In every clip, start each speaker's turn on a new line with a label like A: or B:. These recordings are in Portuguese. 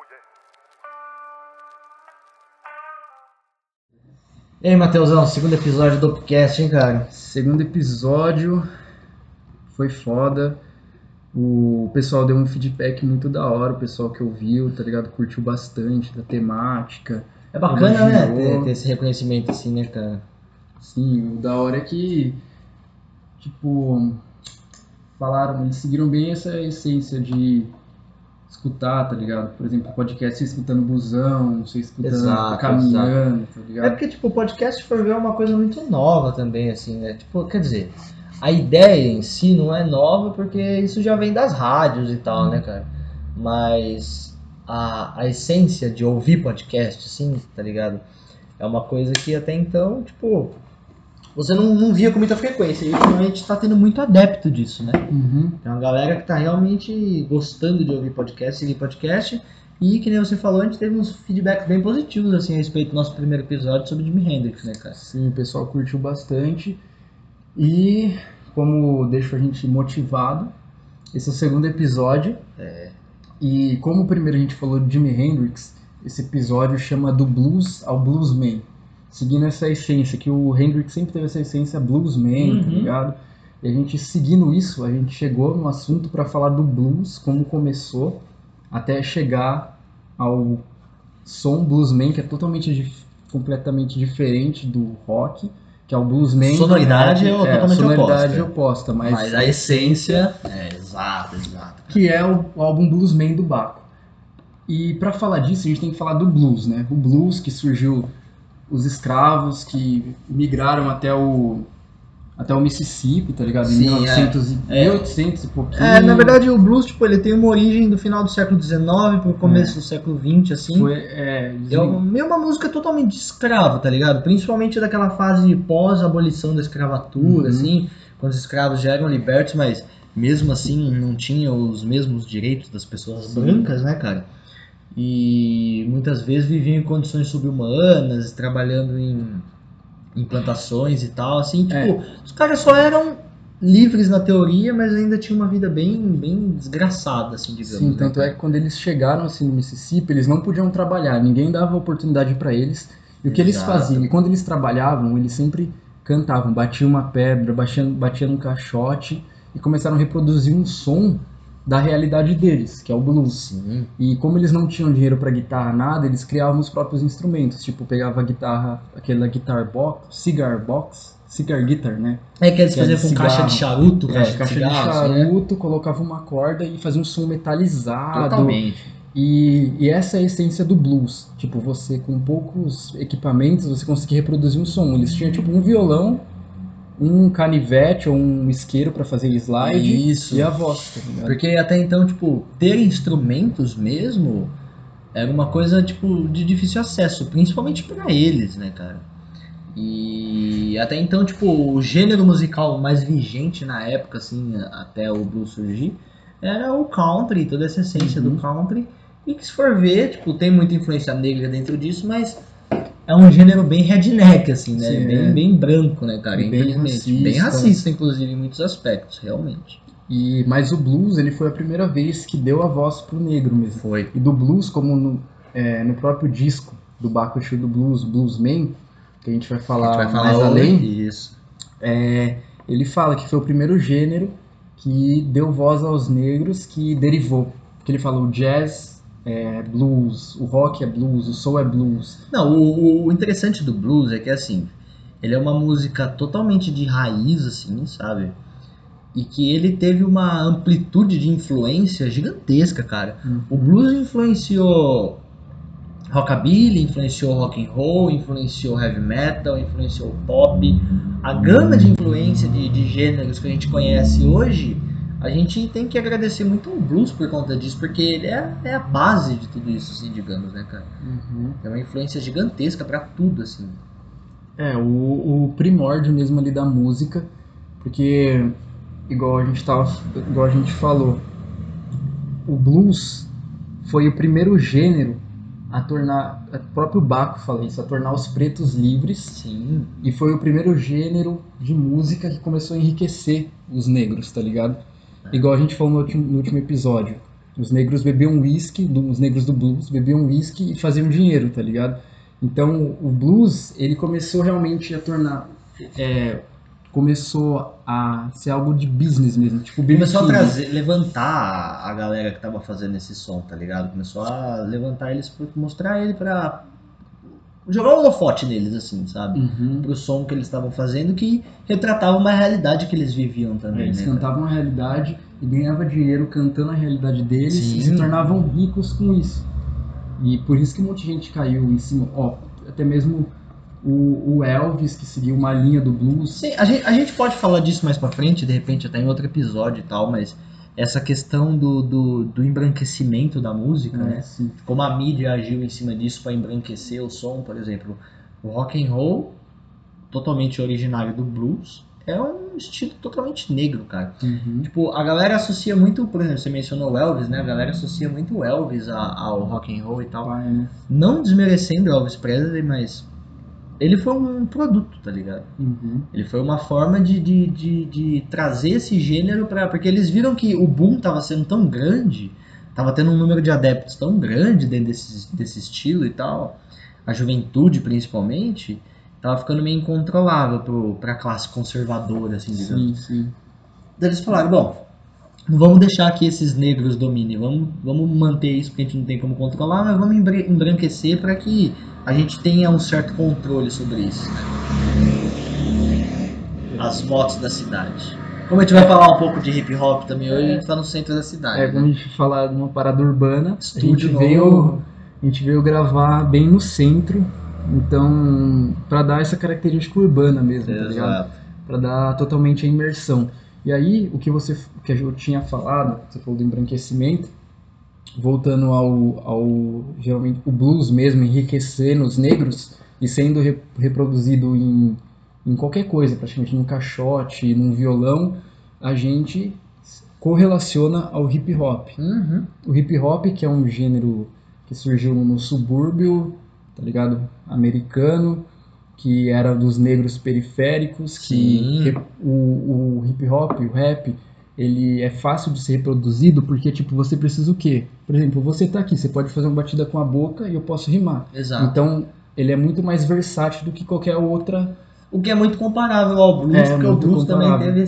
A: E aí, Matheusão, segundo episódio do podcast, hein, cara?
B: Segundo episódio foi foda. O pessoal deu um feedback muito da hora, o pessoal que ouviu, tá ligado? Curtiu bastante da temática.
A: É bacana, né,
B: elogiou.
A: ter esse reconhecimento assim, né, cara?
B: Sim, o da hora é que, tipo, falaram, eles seguiram bem essa essência de escutar, tá ligado? Por exemplo, podcast você escutando busão, você escutando
A: Exato,
B: caminhando, tá ligado?
A: É porque, tipo, o podcast for ver é uma coisa muito nova também, assim, né? Tipo, quer dizer, a ideia em si não é nova porque isso já vem das rádios e tal, né, cara? Mas a essência de ouvir podcast, assim, tá ligado? É uma coisa que até então, tipo, você não via com muita frequência. E ultimamente tá tendo muito adepto disso, né?
B: Uhum.
A: Tem uma galera que tá realmente gostando de ouvir podcast, seguir podcast. E, que nem você falou, a gente teve uns feedbacks bem positivos, assim, a respeito do nosso primeiro episódio sobre Jimi Hendrix, né, cara?
B: Sim, o pessoal curtiu bastante. E como deixa a gente motivado, esse é o segundo episódio. E como o primeiro a gente falou de Jimi Hendrix, esse episódio chama Do Blues ao Bluesman. Seguindo essa essência, que o Hendrix sempre teve essa essência bluesman, tá ligado? E a gente seguindo isso, a gente chegou no assunto para falar do blues, como começou, até chegar ao som bluesman, que é completamente diferente do rock, que é o bluesman.
A: Sonoridade
B: do rock,
A: é totalmente
B: sonoridade
A: oposta.
B: oposta,
A: Mas a essência é exato.
B: que é o álbum Bluesman do Baco. E para falar disso, a gente tem que falar do blues, né? O blues que surgiu, os escravos que migraram até o Mississippi, tá ligado?
A: Sim,
B: Em 1800 e pouquinho.
A: Na verdade o blues, tipo, ele tem uma origem do final do século XIX pro começo do século XX, assim. É uma música totalmente de escravo, tá ligado? Principalmente daquela fase pós-abolição da escravatura, assim, quando os escravos já eram libertos, mas mesmo assim não tinham os mesmos direitos das pessoas brancas, né, cara? E muitas vezes viviam em condições subhumanas, trabalhando em plantações e tal, assim, tipo, os caras só eram livres na teoria, mas ainda tinham uma vida bem desgraçada, assim, digamos.
B: Sim, tanto é que quando eles chegaram assim no Mississippi, eles não podiam trabalhar, ninguém dava oportunidade para eles. E o que eles faziam? E quando eles trabalhavam, eles sempre cantavam, batiam uma pedra, batiam um caixote e começaram a reproduzir um som da realidade deles, que é o blues.
A: Sim.
B: E como eles não tinham dinheiro para guitarra, nada, eles criavam os próprios instrumentos, tipo, pegava a guitarra, aquela guitar guitar, né?
A: É que eles faziam com caixa de charuto,
B: caixa de charuto,
A: né?
B: colocava uma corda e fazia um som metalizado.
A: Totalmente.
B: E essa é a essência do blues. Tipo, você com poucos equipamentos, você conseguia reproduzir um som. Eles tinham tipo um violão, um canivete ou um isqueiro para fazer slide.
A: Isso.
B: E a voz, tá ligado?
A: Porque até então, tipo, ter instrumentos mesmo era uma coisa, tipo, de difícil acesso, principalmente pra eles, né, cara? E até então, tipo, o gênero musical mais vigente na época, assim, até o blues surgir, era o country, toda essa essência do country. E que se for ver, tipo, tem muita influência negra dentro disso, mas é um gênero bem redneck, assim, né?
B: Sim,
A: bem branco, né, cara? Infelizmente. Bem racista, inclusive, em muitos aspectos, realmente.
B: Mas o blues, ele foi a primeira vez que deu a voz pro negro mesmo.
A: Foi.
B: E do blues, como no próprio disco do Baco Exu do Blues, Bluesman, que a gente vai falar mais além,
A: isso.
B: Ele fala que foi o primeiro gênero que deu voz aos negros, que derivou. Porque ele fala o jazz é blues, o rock é blues, o soul é blues.
A: Não, o interessante do blues é que, assim, ele é uma música totalmente de raiz, assim, sabe? E que ele teve uma amplitude de influência gigantesca, cara. O blues influenciou rockabilly, influenciou rock and roll, influenciou heavy metal, influenciou pop. A gama de influência de gêneros que a gente conhece hoje, a gente tem que agradecer muito ao blues por conta disso, porque ele é a base de tudo isso, assim, digamos, né, cara? É uma influência gigantesca pra tudo, assim.
B: O primórdio mesmo ali da música, porque igual a gente falou, o blues foi o primeiro gênero a tornar, o próprio Baco fala isso, a tornar os pretos livres.
A: Sim.
B: E foi o primeiro gênero de música que começou a enriquecer os negros, tá ligado? Igual a gente falou no último episódio. Os negros bebiam whisky, os negros do blues bebiam whisky e faziam dinheiro, tá ligado? Então o blues, ele começou realmente a tornar... começou a ser algo de business mesmo, tipo
A: começou a levantar a galera que tava fazendo esse som, tá ligado? Começou a levantar eles, mostrar ele pra jogar um holofote neles, assim, sabe? Pro som que eles estavam fazendo, que retratava uma realidade que eles viviam também,
B: eles cantavam a realidade e ganhavam dinheiro cantando a realidade deles. Sim. E se tornavam ricos com isso. E por isso que um monte de gente caiu em cima, até mesmo o Elvis, que seguiu uma linha do blues.
A: Sim, a gente pode falar disso mais pra frente, de repente até em outro episódio e tal, mas essa questão do embranquecimento da música, né?
B: Sim.
A: Como a mídia agiu em cima disso para embranquecer o som, por exemplo, o rock and roll, totalmente originário do blues, é um estilo totalmente negro, cara. Tipo, a galera associa muito, por exemplo, você mencionou o Elvis, né? A galera associa muito o Elvis ao rock and roll e tal. Não desmerecendo o Elvis Presley, mas ele foi um produto, tá ligado? Ele foi uma forma de trazer esse gênero porque eles viram que o boom tava sendo tão grande, tava tendo um número de adeptos tão grande dentro desse estilo e tal, a juventude principalmente, tava ficando meio incontrolável pra classe conservadora, assim, digamos.
B: Sim.
A: Daí eles falaram, bom, não vamos deixar que esses negros dominem, vamos manter isso porque a gente não tem como controlar, mas vamos embranquecer para que a gente tenha um certo controle sobre isso, né? As motos da cidade. Como a gente vai falar um pouco de hip hop também hoje, a gente tá no centro da cidade.
B: Quando a gente falar de uma parada urbana, a gente veio gravar bem no centro, então, para dar essa característica urbana mesmo, tá ligado? Para dar totalmente a imersão. E aí, o que eu tinha falado, você falou do embranquecimento, voltando ao geralmente o blues mesmo, enriquecendo os negros e sendo reproduzido em qualquer coisa, praticamente num caixote, num violão, a gente correlaciona ao hip hop. O hip hop, que é um gênero que surgiu no subúrbio, tá ligado? Americano, que era dos negros periféricos, que o hip hop, o rap, ele é fácil de ser reproduzido porque, tipo, você precisa o quê? Por exemplo, você tá aqui, você pode fazer uma batida com a boca e eu posso rimar.
A: Exato.
B: Então, ele é muito mais versátil do que qualquer outra...
A: O que é muito comparável ao blues, porque o blues também teve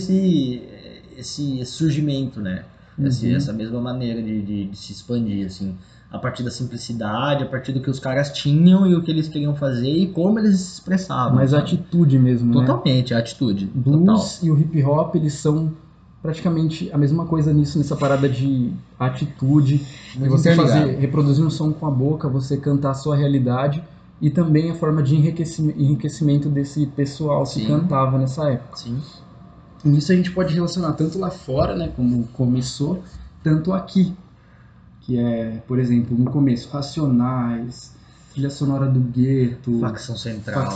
A: esse surgimento, né? Essa mesma maneira de se expandir, assim. A partir da simplicidade, a partir do que os caras tinham e o que eles queriam fazer e como eles se expressavam.
B: Mas a atitude mesmo,
A: totalmente, a atitude.
B: Blues
A: total.
B: E o hip hop, eles são praticamente a mesma coisa nessa parada de atitude, de você reproduzir um som com a boca, você cantar a sua realidade e também a forma de enriquecimento desse pessoal que cantava nessa época.
A: Sim.
B: E isso a gente pode relacionar tanto lá fora, né, como começou, tanto aqui. Que é, por exemplo, no começo, Racionais, Trilha Sonora do Gueto,
A: Facção Central,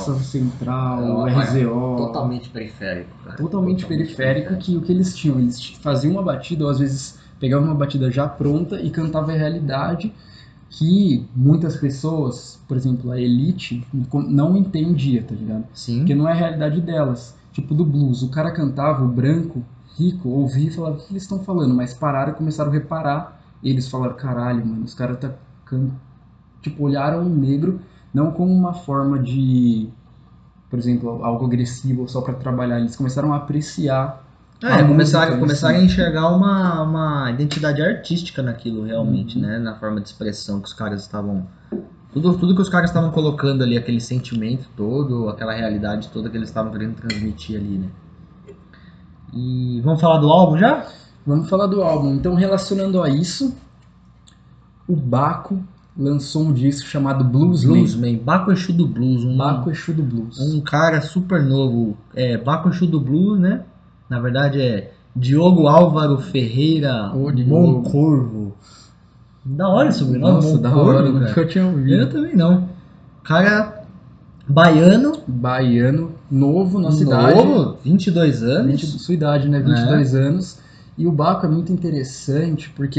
B: RZO.
A: Totalmente periférico, cara.
B: Totalmente periférico, que o que eles tinham? Eles faziam uma batida, ou às vezes pegavam uma batida já pronta e cantavam a realidade que muitas pessoas, por exemplo, a elite, não entendia, tá ligado?
A: Sim.
B: Porque não é a realidade delas. Tipo do blues, o cara cantava, o branco, rico, ouvia e falava, o que eles estão falando? Mas pararam e começaram a reparar. E eles falaram, caralho, mano, os caras tipo, olharam o negro não como uma forma de, por exemplo, algo agressivo só pra trabalhar. Eles começaram a apreciar
A: começaram a enxergar uma identidade artística naquilo realmente, né? Na forma de expressão que os caras estavam... Tudo que os caras estavam colocando ali, aquele sentimento todo, aquela realidade toda que eles estavam querendo transmitir ali, né? E vamos falar do álbum já?
B: Vamos falar do álbum. Então, relacionando a isso, o Baco lançou um disco chamado Bluesman.
A: Baco Exu do Blues.
B: Baco Exu do Blues.
A: Um cara super novo. Baco Exu do Blues, né? Na verdade é Diogo Álvaro Ferreira Moncorvo. Da hora esse sobrenome.
B: Nossa, da hora, nunca eu tinha ouvido.
A: Eu também não. Cara baiano,
B: novo na cidade.
A: Novo, 22 anos.
B: Sua idade, né? 22 anos. E o Baco é muito interessante porque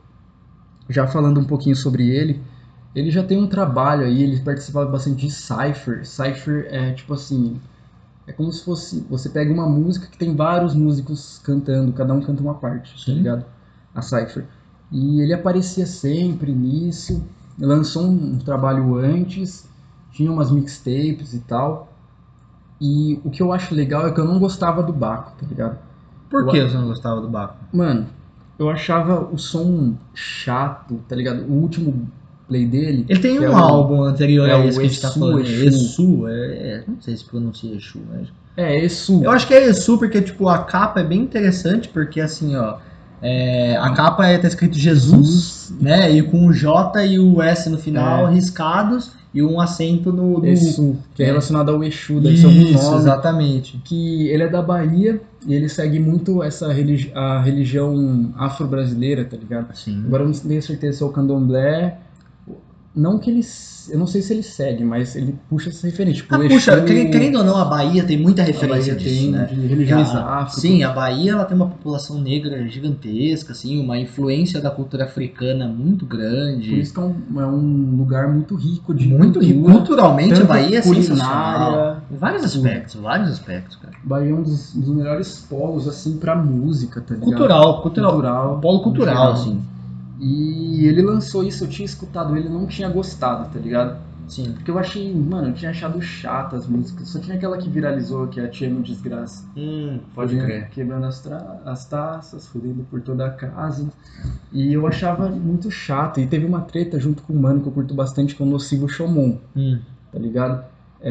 B: já falando um pouquinho sobre ele já tem um trabalho aí, ele participava bastante de Cypher. Cypher é tipo assim, é como se fosse, você pega uma música que tem vários músicos cantando, cada um canta uma parte, tá ligado? A Cypher. E ele aparecia sempre nisso, lançou um trabalho antes, tinha umas mixtapes e tal. E o que eu acho legal é que eu não gostava do Baco, tá ligado?
A: Por que você não gostava do Baco?
B: Mano, eu achava o som chato, tá ligado? O último play dele...
A: Ele tem um álbum anterior a esse que a gente tá falando.
B: Exu.
A: Não sei se pronuncia Exu, mas...
B: Exu.
A: Eu acho que é Exu porque, tipo, a capa é bem interessante, porque assim, ó... a capa tá escrito Jesus, né? E com o J e o S no final riscados e um acento no
B: Exu, que é relacionado ao Exu, deve ser algum nome.
A: Exatamente.
B: Que ele é da Bahia e ele segue muito a religião afro-brasileira, tá ligado?
A: Sim.
B: Agora eu não tenho certeza se é o candomblé. Não que ele... Eu não sei se ele segue, mas ele puxa essa referência. Tipo,
A: puxa, querendo ou não, a Bahia tem muita referência disso, né?
B: De religiões afro.
A: Sim, a Bahia ela tem uma população negra gigantesca, assim, uma influência da cultura africana muito grande.
B: Por isso que é um lugar muito rico de
A: culturalmente a Bahia é
B: sensacional.
A: Em vários aspectos, cara.
B: Bahia é um dos melhores polos, assim, pra música, tá ligado?
A: Cultural. Polo cultural, assim.
B: E ele lançou isso, eu tinha escutado ele, não tinha gostado, tá ligado?
A: Sim.
B: Porque eu achei, mano, eu tinha achado chato as músicas. Só tinha aquela que viralizou, que é a Tia No Desgraça.
A: Pode crer.
B: Quebrando as taças, fudendo por toda a casa. E eu achava muito chato. E teve uma treta junto com o mano que eu curto bastante, que é o Nocivo Chomon. Tá ligado?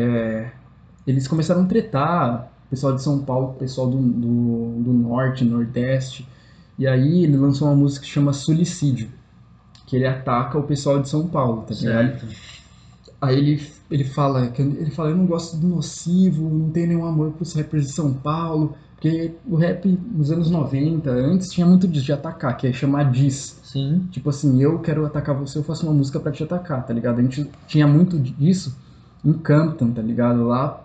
B: Eles começaram a tretar, o pessoal de São Paulo, o pessoal do norte, nordeste. E aí ele lançou uma música que chama Suicídio, que ele ataca o pessoal de São Paulo, tá ligado? Aí ele fala, eu não gosto do Nocivo, não tenho nenhum amor pros rappers de São Paulo, porque o rap nos anos 90, antes tinha muito disso de atacar, que é chamar diss.
A: Sim.
B: Tipo assim, eu quero atacar você, eu faço uma música pra te atacar, tá ligado? A gente tinha muito disso em Campton, tá ligado? Lá,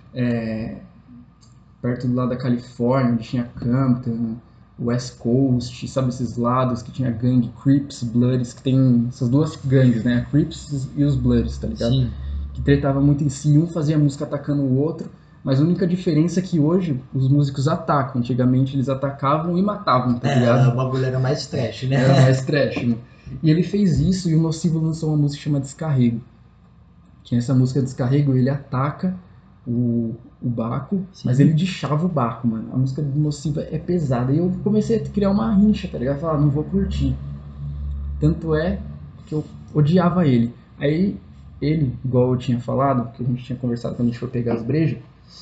B: perto do lado da Califórnia, onde tinha Campton, West Coast, sabe, esses lados que tinha gangue Crips, Bloods, que tem essas duas gangues, né, a Crips e os Bloods, tá ligado?
A: Sim.
B: Que tretava muito em si, um fazia música atacando o outro, mas a única diferença é que hoje os músicos atacam, antigamente eles atacavam e matavam, tá ligado?
A: O bagulho era mais trash, né?
B: Era mais trash, né? E ele fez isso e o Nocivo lançou uma música chamada Descarrego, que nessa música Descarrego ele ataca o Baco, sim, mas ele deixava o Baco, mano. A música do Nocivo é pesada. E eu comecei a criar uma rincha, tá ligado? Falar, não vou curtir. Tanto é que eu odiava ele. Aí, ele, igual eu tinha falado, que a gente tinha conversado quando a gente foi pegar as brejas.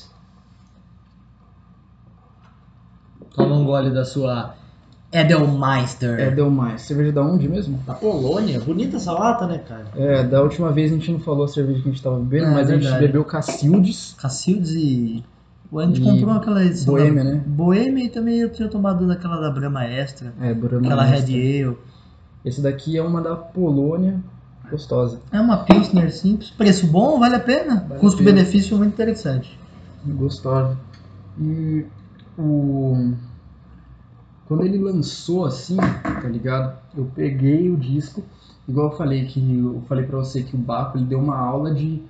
A: Toma um gole da sua Edelmeister.
B: Edelmeister. Cerveja da onde mesmo?
A: Da Polônia. Bonita essa lata, né, cara?
B: Da última vez a gente não falou a cerveja que a gente tava bebendo, mas verdade. A gente bebeu Cacildes.
A: Cacildes e... A gente comprou aquela edição
B: Boêmia, né?
A: Boêmia, e também eu tinha tomado daquela da Brahma Extra.
B: Brahma
A: aquela
B: Extra.
A: Red Ale.
B: Esse daqui é uma da Polônia, gostosa.
A: É uma Pilsner simples. Preço bom, vale a pena. Custo-benefício muito interessante.
B: Gostosa. E quando ele lançou assim, tá ligado? Eu peguei o disco, igual eu falei pra você que o Baco ele deu uma aula de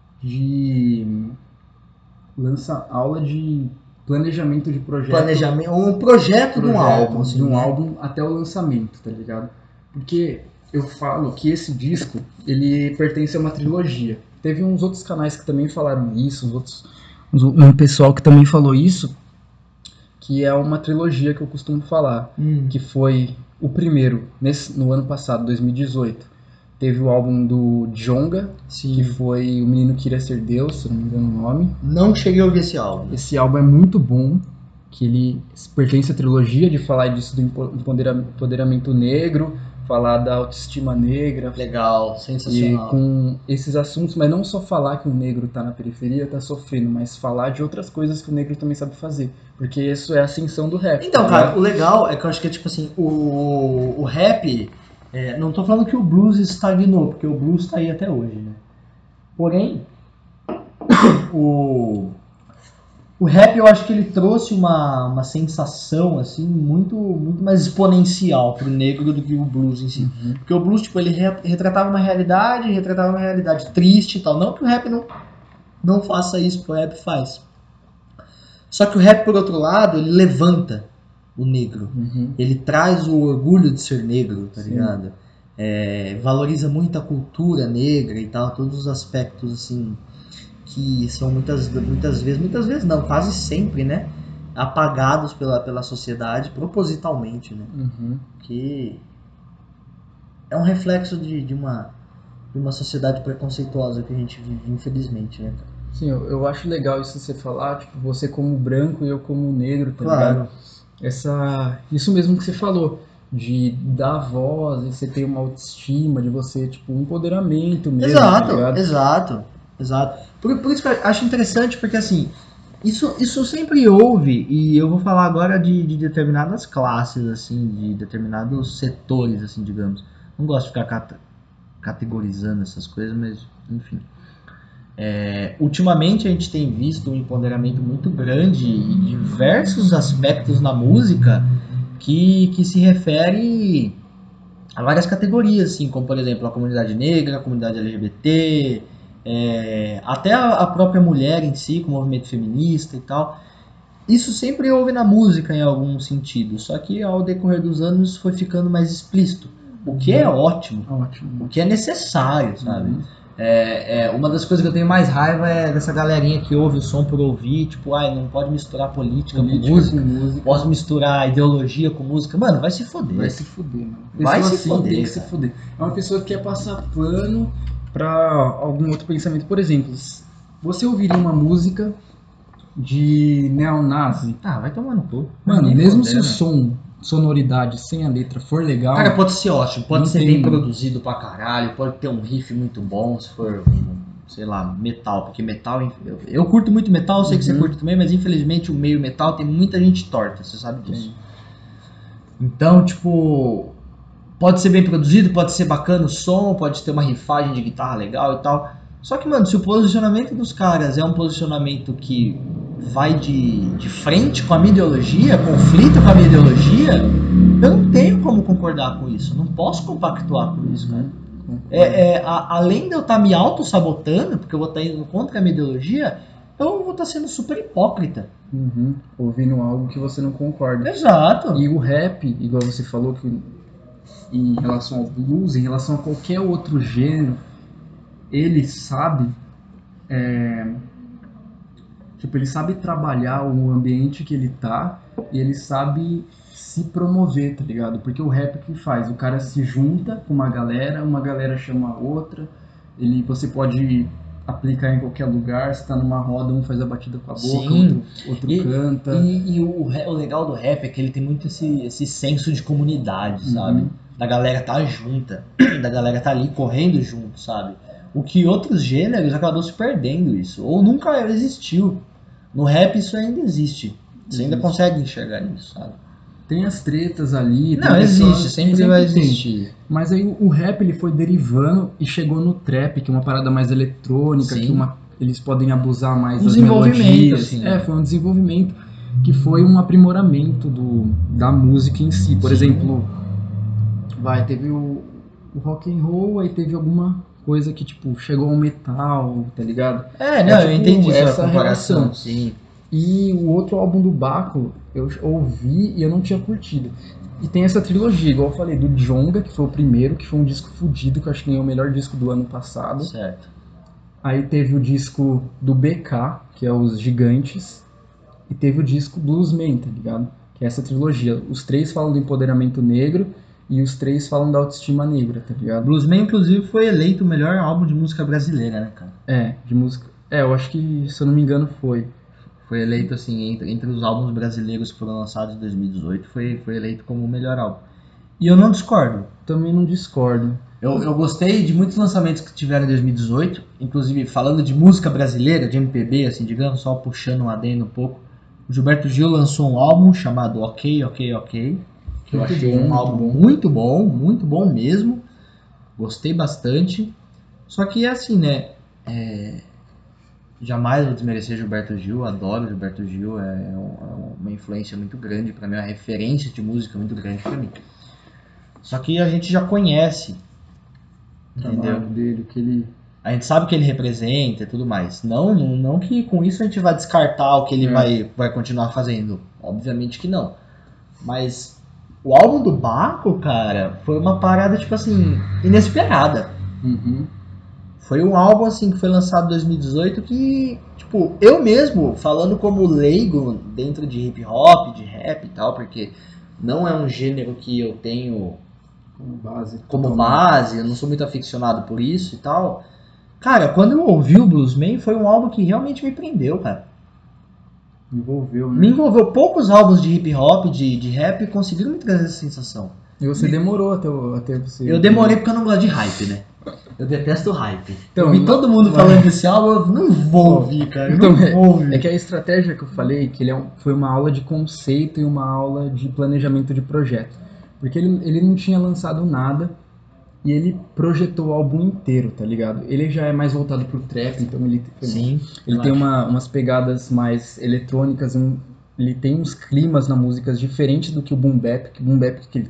B: planejamento de projeto.
A: Um projeto de um álbum.
B: Assim, de um álbum até o lançamento, tá ligado? Porque eu falo que esse disco, ele pertence a uma trilogia. Teve uns outros canais que também falaram isso, um pessoal que também falou isso, que é uma trilogia que eu costumo falar, que foi o primeiro, no ano passado, 2018. Teve o álbum do Djonga,
A: sim,
B: que foi O Menino Queria Ser Deus, se não me engano o nome.
A: Não cheguei a ouvir esse álbum.
B: Esse álbum é muito bom, que ele pertence à trilogia de falar disso do empoderamento negro, falar da autoestima negra.
A: Legal, sensacional.
B: E com esses assuntos, mas não só falar que o negro tá na periferia, tá sofrendo, mas falar de outras coisas que o negro também sabe fazer. Porque isso é a ascensão do rap.
A: Então, cara, o legal é que eu acho que é tipo assim, o rap, não tô falando que o blues estagnou, porque o blues tá aí até hoje, né? Porém, o rap, eu acho que ele trouxe uma sensação, assim, muito, muito mais exponencial pro negro do que o blues em si.
B: Uhum.
A: Porque o blues, tipo, ele retratava uma realidade triste e tal. Não que o rap não faça isso, porque o rap faz. Só que o rap, por outro lado, ele levanta. o negro. Ele traz o orgulho de ser negro, tá ligado? Valoriza muito a cultura negra e tal, todos os aspectos assim que são muitas vezes não, quase sempre, né, apagados pela sociedade propositalmente, né? Que é um reflexo de uma sociedade preconceituosa que a gente vive, infelizmente, né, cara?
B: Sim, eu acho legal isso você falar, tipo, você como branco e eu como negro, tá
A: Claro.
B: ligado? Isso mesmo que você falou, de dar voz, de você ter uma autoestima, de você, tipo, um empoderamento mesmo, tá ligado?
A: Exato. Por isso que eu acho interessante, porque assim, isso sempre houve, e eu vou falar agora de determinadas classes, assim, de determinados setores, assim, digamos. Não gosto de ficar categorizando essas coisas, mas, enfim. Ultimamente a gente tem visto um empoderamento muito grande em diversos aspectos na música que se refere a várias categorias, assim, como por exemplo a comunidade negra, a comunidade LGBT, até a própria mulher em si, com o movimento feminista e tal. Isso sempre houve na música em algum sentido, só que ao decorrer dos anos foi ficando mais explícito, o que é ótimo. O que é necessário, sabe? Uma das coisas que eu tenho mais raiva é dessa galerinha que ouve o som por ouvir, tipo, não pode misturar política com música, posso misturar ideologia com música. Mano, vai se foder.
B: Vai se foder, mano.
A: Vai se foder,
B: tem que se foder. É uma pessoa que quer passar pano pra algum outro pensamento. Por exemplo, você ouviria uma música de neonazi?
A: Vai tomar no cu.
B: Mano, mesmo se o som, sonoridade sem a letra for legal...
A: Cara, pode ser ótimo, pode ser bem produzido pra caralho, pode ter um riff muito bom, se for, sei lá, metal, porque metal... Eu curto muito metal, eu sei que você curte também, mas infelizmente o meio metal tem muita gente torta, você sabe disso. Então, tipo, pode ser bem produzido, pode ser bacana o som, pode ter uma riffagem de guitarra legal e tal. Só que, mano, se o posicionamento dos caras é um posicionamento que vai de frente com a minha ideologia, conflita com a minha ideologia, eu não tenho como concordar com isso, não posso compactuar com isso, cara. Além de eu estar me auto-sabotando, porque eu vou estar indo contra a minha ideologia, eu vou estar sendo super hipócrita.
B: Ouvindo algo que você não concorda.
A: Exato.
B: E o rap, igual você falou, que em relação ao blues, em relação a qualquer outro gênero, ele sabe ele sabe trabalhar o ambiente que ele tá e ele sabe se promover, tá ligado? Porque o rap que faz, o cara se junta com uma galera chama a outra, você pode aplicar em qualquer lugar, você tá numa roda, um faz a batida com a boca, outro canta.
A: E o legal do rap é que ele tem muito esse senso de comunidade, sabe? Da galera tá junta, da galera tá ali correndo junto, sabe? O que outros gêneros acabou se perdendo isso, ou nunca existiu. No rap isso ainda existe. Você ainda consegue enxergar isso, sabe?
B: Tem as tretas ali.
A: Não, existe, sempre vai existir.
B: Mas aí o rap ele foi derivando e chegou no trap, que é uma parada mais eletrônica, que eles podem abusar mais das melodias.
A: Assim.
B: Foi um desenvolvimento que foi um aprimoramento da música em si. Por exemplo, teve o rock and roll, aí teve alguma coisa que, tipo, chegou ao metal, tá ligado?
A: Eu entendi
B: essa relação. Sim. E o outro álbum do Baco, eu ouvi e eu não tinha curtido. E tem essa trilogia, igual eu falei, do Djonga, que foi o primeiro, que foi um disco fudido, que eu acho que ganhou o melhor disco do ano passado.
A: Certo.
B: Aí teve o disco do BK, que é Os Gigantes, e teve o disco Bluesman, tá ligado? Que é essa trilogia. Os três falam do empoderamento negro, e os três falam da autoestima negra, tá ligado?
A: Bluesman, inclusive, foi eleito o melhor álbum de música brasileira, né, cara?
B: De música... eu acho que, se eu não me engano, foi.
A: Foi eleito, assim, entre os álbuns brasileiros que foram lançados em 2018, foi eleito como o melhor álbum. E eu não discordo.
B: Também não discordo.
A: Eu gostei de muitos lançamentos que tiveram em 2018, inclusive falando de música brasileira, de MPB, assim, digamos, só puxando um adendo um pouco. O Gilberto Gil lançou um álbum chamado Ok, que eu achei um álbum muito bom mesmo. Gostei bastante. Só que assim, né? Jamais vou desmerecer Gilberto Gil, adoro Gilberto Gil, é uma influência muito grande pra mim, uma referência de música muito grande pra mim. Só que a gente já conhece, entendeu?
B: Dele, que ele...
A: A gente sabe o que ele representa e tudo mais. Não que com isso a gente vai descartar o que ele vai continuar fazendo. Obviamente que não. Mas o álbum do Baco, cara, foi uma parada, tipo assim, inesperada. Foi um álbum, assim, que foi lançado em 2018 que, tipo, eu mesmo, falando como leigo dentro de hip hop, de rap e tal, porque não é um gênero que eu tenho como base, eu não sou muito aficionado por isso e tal. Cara, quando eu ouvi o Bluesman, foi um álbum que realmente me prendeu, cara.
B: Envolveu, né?
A: Me envolveu. Poucos álbuns de hip hop, de rap, conseguiram me trazer essa sensação.
B: E você demorou até você...
A: Eu demorei porque eu não gosto de hype, né? Eu detesto hype.
B: Então,
A: eu vi todo mundo falando desse álbum, eu não vou ouvir, cara.
B: Então,
A: não vou ouvir.
B: É que a estratégia que eu falei, que ele foi uma aula de conceito e uma aula de planejamento de projeto. Porque ele não tinha lançado nada e ele projetou o álbum inteiro, tá ligado? Ele já é mais voltado pro trap, então ele tem umas pegadas mais eletrônicas, ele tem uns climas na música diferentes do que o boom bap, que o boom bap é aquele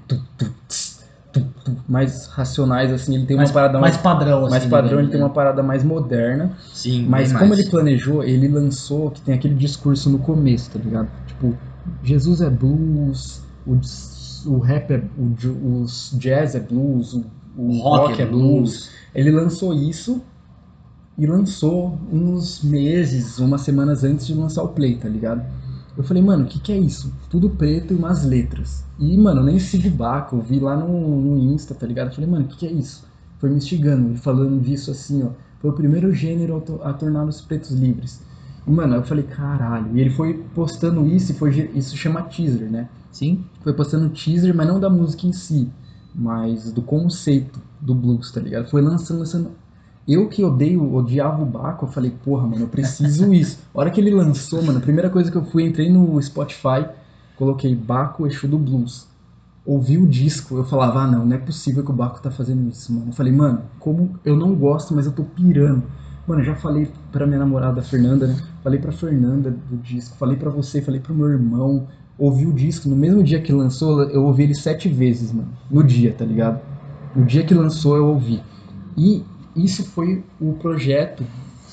B: mais racionais, assim, ele tem uma parada
A: mais padrão,
B: mais
A: assim,
B: padrão, ele tem uma parada mais moderna.
A: Sim,
B: mas como ele planejou, ele lançou que tem aquele discurso no começo, tá ligado? Tipo, Jesus é blues, o rap é o jazz é blues, o rock é blues. Ele lançou isso e lançou uns meses, umas semanas antes de lançar o Play, tá ligado? Eu falei, mano, o que é isso? Tudo preto e umas letras. E, mano, eu nem sigo o Baco, eu vi lá no Insta, tá ligado? Eu falei, mano, o que é isso? Foi me instigando, ele falando disso assim, ó. Foi o primeiro gênero a tornar os pretos livres. E, mano, eu falei, caralho. E ele foi postando isso, isso chama teaser, né?
A: Sim.
B: Foi postando teaser, mas não da música em si, mas do conceito do blues, tá ligado? Foi lançando. Eu que odiava o Baco, eu falei, porra, mano, eu preciso isso. A hora que ele lançou, mano, a primeira coisa que eu fui, entrei no Spotify, coloquei Baco, Exu do Blues. Ouvi o disco, eu falava, não é possível que o Baco tá fazendo isso, mano. Eu falei, mano, como eu não gosto, mas eu tô pirando. Mano, eu já falei pra minha namorada, Fernanda, né? Falei pra Fernanda do disco, falei pra você, falei pro meu irmão. Ouvi o disco, no mesmo dia que lançou, eu ouvi ele 7 vezes, mano. No dia, tá ligado? No dia que lançou, eu ouvi. E isso foi o projeto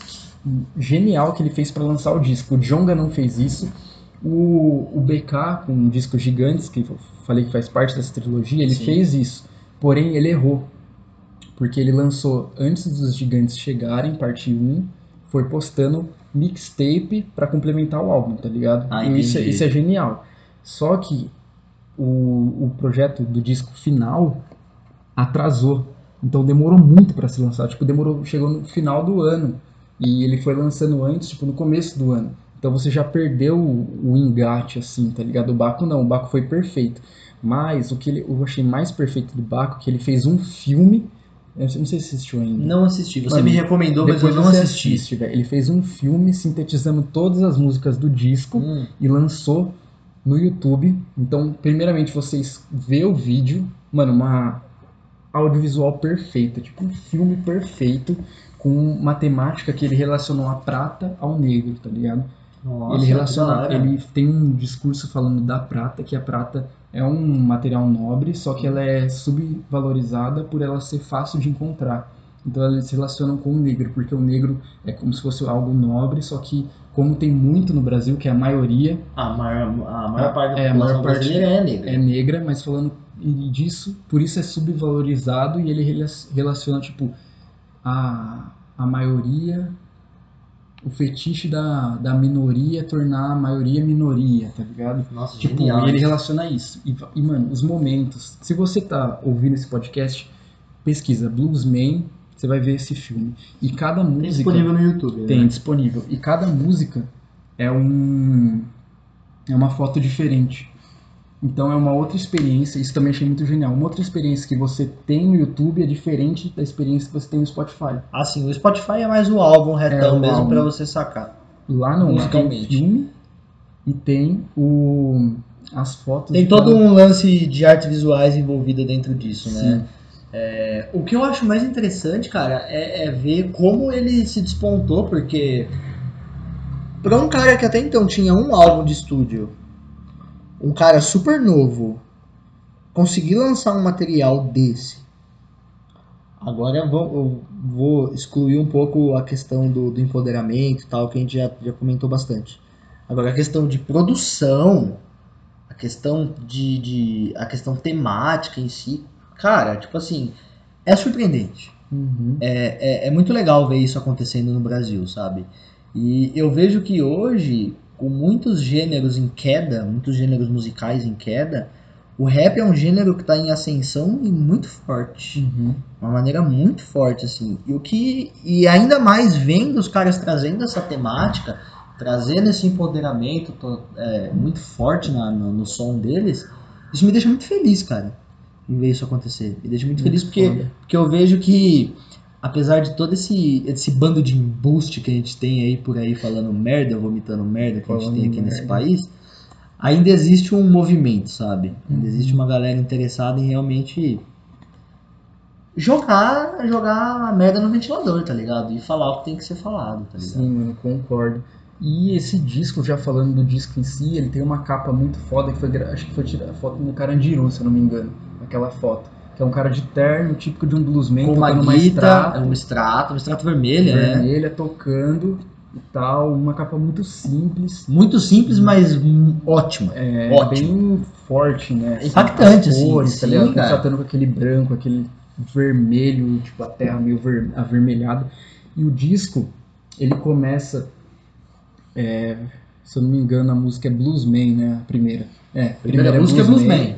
B: genial que ele fez para lançar o disco. O Djonga não fez isso. O BK, com discos gigantes, que eu falei que faz parte dessa trilogia, ele fez isso. Porém, ele errou. Porque ele lançou antes dos gigantes chegarem, parte 1, foi postando mixtape para complementar o álbum, tá ligado? Isso é genial. Só que o projeto do disco final atrasou. Então demorou muito para se lançar, tipo, chegou no final do ano e ele foi lançando antes, tipo, no começo do ano. Então você já perdeu o engate, assim, tá ligado? O Baco não, o Baco foi perfeito. Mas o que eu achei mais perfeito do Baco é que ele fez um filme, eu não sei se você assistiu ainda.
A: Não assisti, você me recomendou, mas eu não assisti.
B: Ele fez um filme sintetizando todas as músicas do disco e lançou no YouTube. Então, primeiramente, vocês vê o vídeo, mano, uma audiovisual perfeita, tipo um filme perfeito, com uma temática que ele relacionou a prata ao negro, tá ligado?
A: Nossa,
B: ele tem um discurso falando da prata, que a prata é um material nobre, só que ela é subvalorizada por ela ser fácil de encontrar. Então eles se relacionam com o negro, porque o negro é como se fosse algo nobre, só que como tem muito no Brasil, que é a maioria...
A: A maior parte da população brasileira é negra.
B: É negra, mas falando disso, por isso é subvalorizado e ele relaciona, tipo, a maioria, o fetiche da minoria tornar a maioria minoria, tá ligado?
A: Nossa,
B: tipo,
A: genial.
B: E ele relaciona isso. E, mano, os momentos... Se você tá ouvindo esse podcast, pesquisa Bluesman, você vai ver esse filme. E cada música... Tem
A: disponível no YouTube.
B: Tem disponível. E cada música é uma foto diferente. Então é uma outra experiência, isso também achei muito genial. Uma outra experiência que você tem no YouTube é diferente da experiência que você tem no Spotify.
A: Ah, sim, o Spotify é mais o álbum retão mesmo pra você sacar.
B: Lá não, tem o filme e tem as fotos.
A: Tem todo um lance de artes visuais envolvida dentro disso, né? O que eu acho mais interessante, cara, é ver como ele se despontou, porque pra um cara que até então tinha um álbum de estúdio, um cara super novo, conseguir lançar um material desse. Agora eu vou excluir um pouco a questão do empoderamento e tal, que a gente já comentou bastante. Agora a questão de produção, a questão a questão temática em si, cara, tipo assim, é surpreendente. É muito legal ver isso acontecendo no Brasil, sabe? E eu vejo que hoje, com muitos gêneros em queda, muitos gêneros musicais em queda, o rap é um gênero que está em ascensão e muito forte. Uma maneira muito forte, assim. E ainda mais vendo os caras trazendo essa temática, trazendo esse empoderamento muito forte no som deles, isso me deixa muito feliz, cara, em ver isso acontecer. Me deixa muito feliz porque eu vejo que, apesar de todo esse bando de embuste que a gente tem aí por aí falando merda, vomitando merda que a gente tem aqui nesse país, ainda existe um movimento, sabe? Ainda existe uma galera interessada em realmente jogar a merda no ventilador, tá ligado? E falar o que tem que ser falado, tá ligado?
B: Sim, mano, concordo. E esse disco, já falando do disco em si, ele tem uma capa muito foda que acho que foi tirada a foto no Carandiru, se eu não me engano, aquela foto. Que é um cara de terno, típico de um bluesman,
A: com
B: tocando
A: uma extrato, uma extrato vermelha,
B: vermelha, tocando e tal, uma capa muito simples.
A: Muito simples, mas ótima.
B: Ótimo. Bem forte, né?
A: Impactante, assim.
B: Cores, tá ligado? Contrastando com aquele branco, aquele vermelho, tipo a terra meio avermelhada. E o disco, ele começa, se eu não me engano, a música é Bluesman, né? A primeira.
A: Primeira música é Bluesman.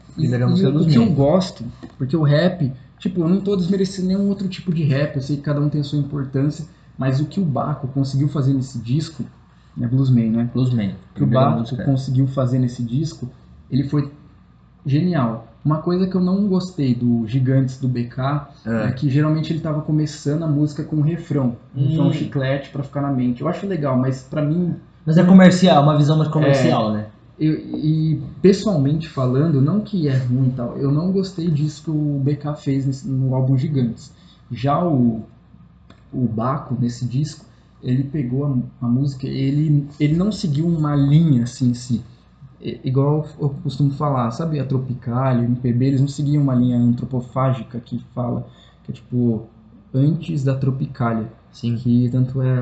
B: O que eu gosto, porque o rap, tipo, eu não tô desmerecendo nenhum outro tipo de rap, eu sei que cada um tem a sua importância, mas o que o Baco conseguiu fazer nesse disco, é Bluesman, né?
A: Bluesman.
B: O que o Baco conseguiu fazer nesse disco, ele foi genial. Uma coisa que eu não gostei do Gigantes do BK é que geralmente ele tava começando a música com um refrão chiclete pra ficar na mente. Eu acho legal, mas pra mim...
A: Mas é comercial, uma visão mais comercial, né?
B: E pessoalmente falando, não que é ruim e tal, eu não gostei disso que o BK fez no álbum Gigantes. Já o Baco, nesse disco, ele pegou a música, ele não seguiu uma linha assim em si. Igual eu costumo falar, sabe, a Tropicália, o MPB, eles não seguiam uma linha antropofágica que fala, que é tipo, antes da Tropicália.
A: Sim.
B: Que tanto é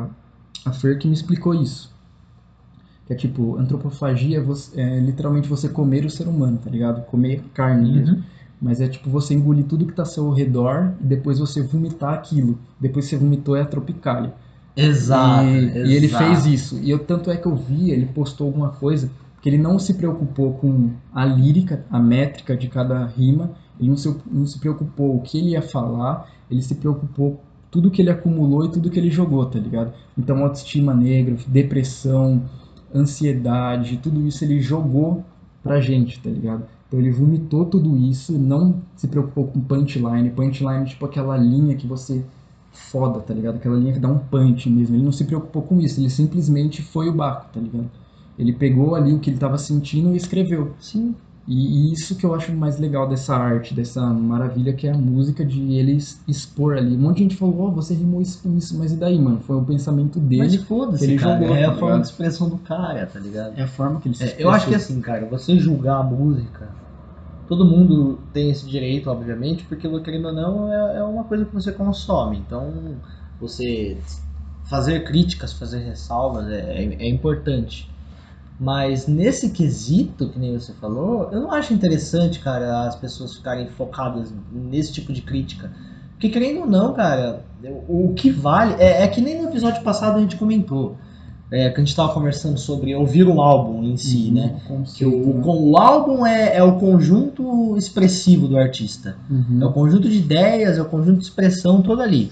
B: a Fer que me explicou isso. Que é tipo, antropofagia é literalmente você comer o ser humano, tá ligado? Comer carne mesmo. Mas é tipo você engolir tudo que tá ao seu redor e depois você vomitar aquilo. Depois que você vomitou é a Tropicália.
A: Exato.
B: E ele fez isso. E tanto é que eu vi, ele postou alguma coisa que ele não se preocupou com a lírica, a métrica de cada rima. Ele não se preocupou o que ele ia falar. Ele se preocupou tudo que ele acumulou e tudo que ele jogou, tá ligado? Então autoestima negra, depressão, ansiedade, tudo isso ele jogou pra gente, tá ligado? Então ele vomitou tudo isso, não se preocupou com punchline. Punchline é tipo aquela linha que você foda, tá ligado? Aquela linha que dá um punch mesmo. Ele não se preocupou com isso, ele simplesmente foi o Baco, tá ligado? Ele pegou ali o que ele tava sentindo e escreveu.
A: Sim.
B: E isso que eu acho mais legal dessa arte, dessa maravilha que é a música, de ele expor ali. Um monte de gente falou, você rimou isso com isso, mas e daí, mano? Foi o pensamento dele.
A: Mas foda-se,
B: ele
A: cara,
B: jogou,
A: é
B: tá
A: a forma de expressão do cara, tá ligado?
B: É a forma que ele se expressou.
A: Eu acho que assim, cara, você julgar a música, todo mundo tem esse direito, obviamente, porque, querendo ou não, é uma coisa que você consome. Então, você fazer críticas, fazer ressalvas é importante. Mas nesse quesito, que nem você falou, eu não acho interessante, cara, as pessoas ficarem focadas nesse tipo de crítica. Porque, querendo ou não, cara, o que vale... É que nem no episódio passado a gente comentou. Que a gente estava conversando sobre ouvir um álbum em si, né? Que o álbum é o conjunto expressivo do artista. É o conjunto de ideias, é o conjunto de expressão todo ali.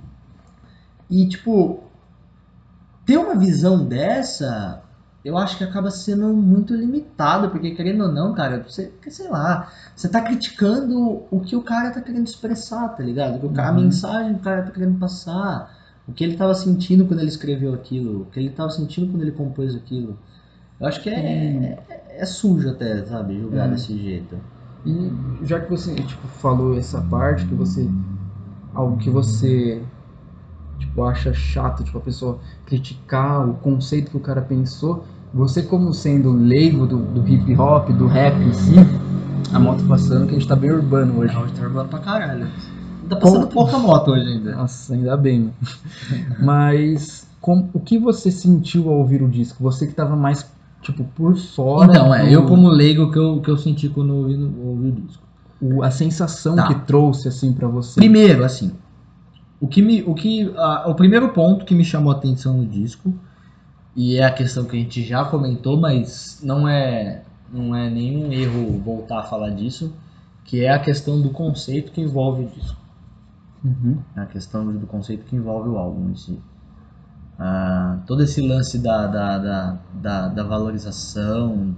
A: E, tipo, ter uma visão dessa... eu acho que acaba sendo muito limitado, porque, querendo ou não, cara, você, sei lá, você tá criticando o que o cara tá querendo expressar, tá ligado? A mensagem que o cara tá querendo passar, o que ele tava sentindo quando ele escreveu aquilo, o que ele tava sentindo quando ele compôs aquilo. Eu acho que é sujo até, sabe, julgar desse jeito.
B: E já que você, tipo, falou essa parte, que você... algo que você... tipo, acha chato, tipo, a pessoa criticar o conceito que o cara pensou, você como sendo leigo do hip hop, do rap em si, a moto passando, que a gente tá bem urbano hoje.
A: Hoje tá urbano pra caralho. Tá passando pouca moto hoje ainda.
B: Nossa, ainda bem, mano. Mas, o que você sentiu ao ouvir o disco? Você que tava mais tipo, por fora...
A: Então, eu como leigo que eu senti quando ouvi o disco.
B: A sensação que trouxe, assim, pra você.
A: Primeiro, assim, o primeiro ponto que me chamou a atenção no disco, e é a questão que a gente já comentou, mas não é nenhum erro voltar a falar disso, que é a questão do conceito que envolve o disco. A questão do conceito que envolve o álbum em si. Todo esse lance da valorização,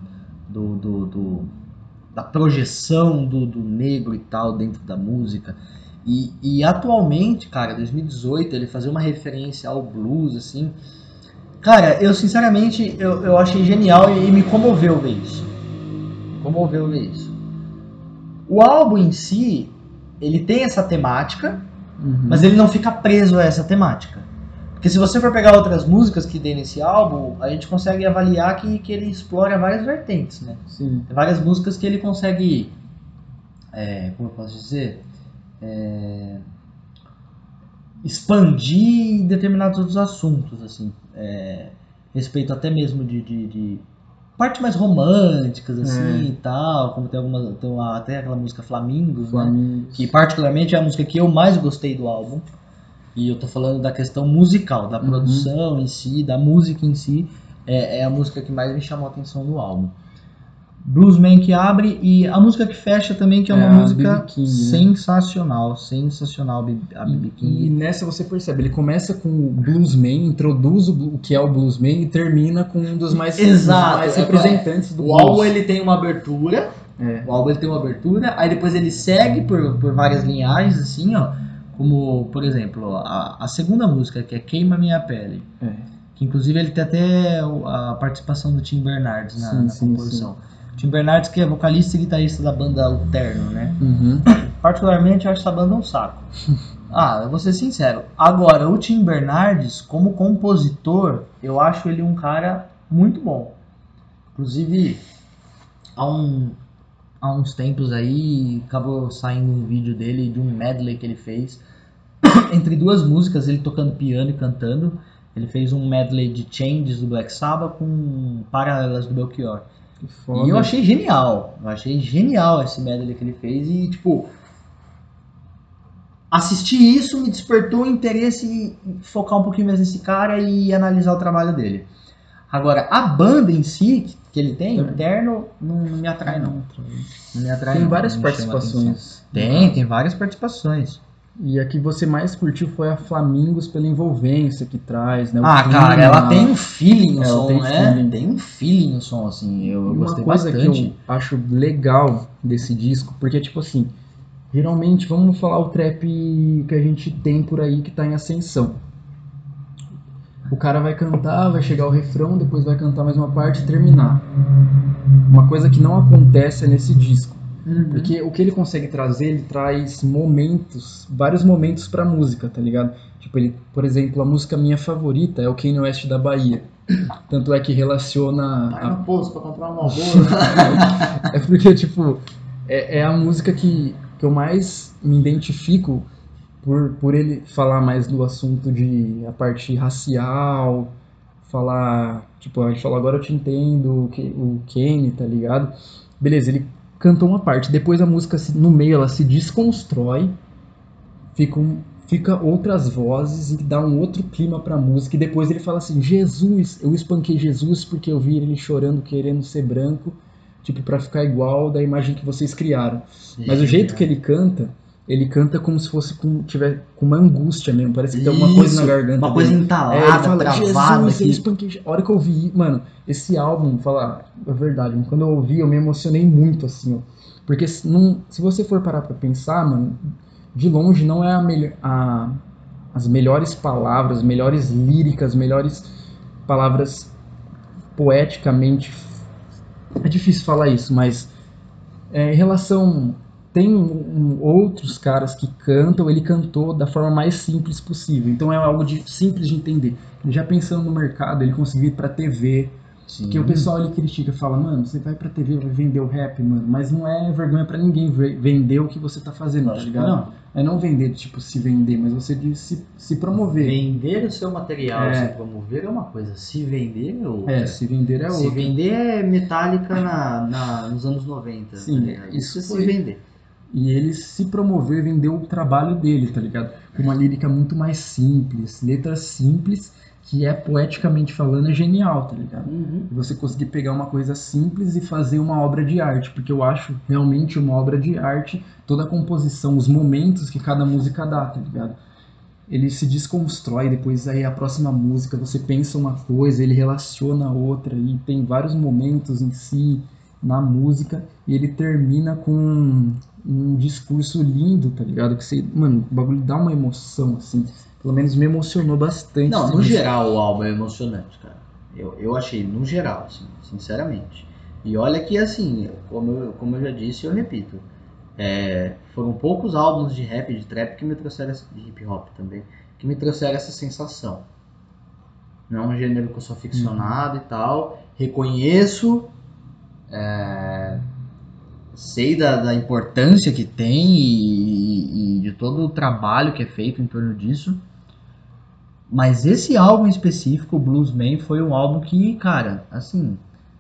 A: da projeção do negro e tal dentro da música. E atualmente, cara, 2018, ele fazer uma referência ao blues, assim... Cara, eu sinceramente, eu achei genial e me comoveu ver isso. O álbum em si, ele tem essa temática, mas ele não fica preso a essa temática. Porque se você for pegar outras músicas que tem nesse álbum, a gente consegue avaliar que ele explora várias vertentes, né?
B: Sim.
A: Tem várias músicas que ele consegue, como eu posso dizer, expandir determinados outros assuntos, assim, respeito até mesmo de parte mais românticas, assim, e tal, como tem até aquela música Flamingos, né? Que particularmente é a música que eu mais gostei do álbum. E eu tô falando da questão musical, da produção em si, da música em si, é a música que mais me chamou a atenção do álbum. Bluesman que abre e a música que fecha também, que é uma música King, sensacional, a B.B. King.
B: E nessa você percebe, ele começa com o Bluesman, introduz o que é o Bluesman e termina com um dos mais representantes do blues.
A: O álbum ele tem uma abertura, aí depois ele segue por várias linhagens, assim, ó. Como, por exemplo, a segunda música, que é Queima Minha Pele. Que inclusive ele tem até a participação do Tim Bernardes na composição. Sim. Tim Bernardes, que é vocalista e guitarrista da banda Alterno, né? Particularmente eu acho essa banda um saco. Eu vou ser sincero. Agora, o Tim Bernardes, como compositor, eu acho ele um cara muito bom. Inclusive, há uns tempos aí, acabou saindo um vídeo dele de um medley que ele fez entre duas músicas, ele tocando piano e cantando. Ele fez um medley de Changes do Black Sabbath com Paralelas do Belchior. E eu achei genial. Esse medley que ele fez e, tipo, assistir isso me despertou o interesse em focar um pouquinho mais nesse cara e analisar o trabalho dele. Agora, a banda em si, que ele tem, Alterno, não me atrai, não. Não me atrai,
B: tem
A: não.
B: Várias participações.
A: Tem várias participações.
B: E a que você mais curtiu foi a Flamingos pela envolvência que traz, né?
A: Cara, ela tem um feeling no som, né? Tem um feeling no som, assim, eu gostei bastante.
B: Uma coisa que eu acho legal desse disco, porque, tipo assim, geralmente, vamos falar o trap que a gente tem por aí que tá em ascensão. O cara vai cantar, vai chegar o refrão, depois vai cantar mais uma parte e terminar. Uma coisa que não acontece nesse disco. Porque o que ele consegue trazer, ele traz vários momentos pra música, tá ligado? Tipo, ele, por exemplo, a música minha favorita é o Kanye West da Bahia. Tanto é que relaciona...
A: Vai no posto pra comprar uma boa.
B: É porque, tipo, é a música que eu mais me identifico por ele falar mais do assunto de a parte racial, falar, tipo, ele falou, agora eu te entendo, o Kanye, tá ligado? Beleza, ele cantou uma parte, depois a música no meio ela se desconstrói, fica outras vozes e dá um outro clima pra música, e depois ele fala assim, Jesus, eu espanquei Jesus porque eu vi ele chorando querendo ser branco, tipo, pra ficar igual da imagem que vocês criaram. Sim, mas o jeito que ele canta como se fosse com uma angústia mesmo, parece que tem alguma coisa na garganta.
A: Uma coisa entalada,
B: ele fala,
A: travada.
B: Jesus, eu espanquei. A hora que eu ouvi, mano, esse álbum, falar a verdade, quando eu ouvi eu me emocionei muito, assim, ó. Porque se você for parar pra pensar, mano, de longe não é as melhores palavras, as melhores líricas, as melhores palavras poeticamente. É difícil falar isso, mas em relação... Tem outros caras que cantam, ele cantou da forma mais simples possível. Então é algo simples de entender. Já pensando no mercado, ele conseguiu ir pra TV. Sim. Porque o pessoal ele critica, fala, mano, você vai pra TV, vai vender o rap, mano, mas não é vergonha pra ninguém vender o que você tá fazendo, tá ligado? Não. É não vender, tipo, se vender, mas você de se promover.
A: Vender o seu material, se promover é uma coisa, se vender é outra.
B: Se vender é outra.
A: Se vender é Metallica nos anos 90.
B: Sim,
A: tá
B: isso
A: foi... se vender.
B: E ele se promover, vendeu o trabalho dele, tá ligado? Com uma lírica muito mais simples, letras simples, que poeticamente falando, é genial, tá ligado? E você conseguir pegar uma coisa simples e fazer uma obra de arte, porque eu acho realmente uma obra de arte, toda a composição, os momentos que cada música dá, tá ligado? Ele se desconstrói, depois aí a próxima música você pensa uma coisa, ele relaciona a outra, e tem vários momentos em si na música, e ele termina com um discurso lindo, tá ligado? Que você, mano, o bagulho dá uma emoção, assim. Pelo menos me emocionou bastante.
A: Não, no geral o álbum é emocionante, cara. Eu achei, no geral, assim, sinceramente. E olha que, assim, como eu já disse, eu repito. Foram poucos álbuns de rap, de trap, que me trouxeram de hip hop também, que me trouxeram essa sensação. Não é um gênero que eu sou aficionado e tal. Reconheço, sei da importância que tem e de todo o trabalho que é feito em torno disso. Mas esse álbum em específico, o Bluesman, foi um álbum que, cara, assim,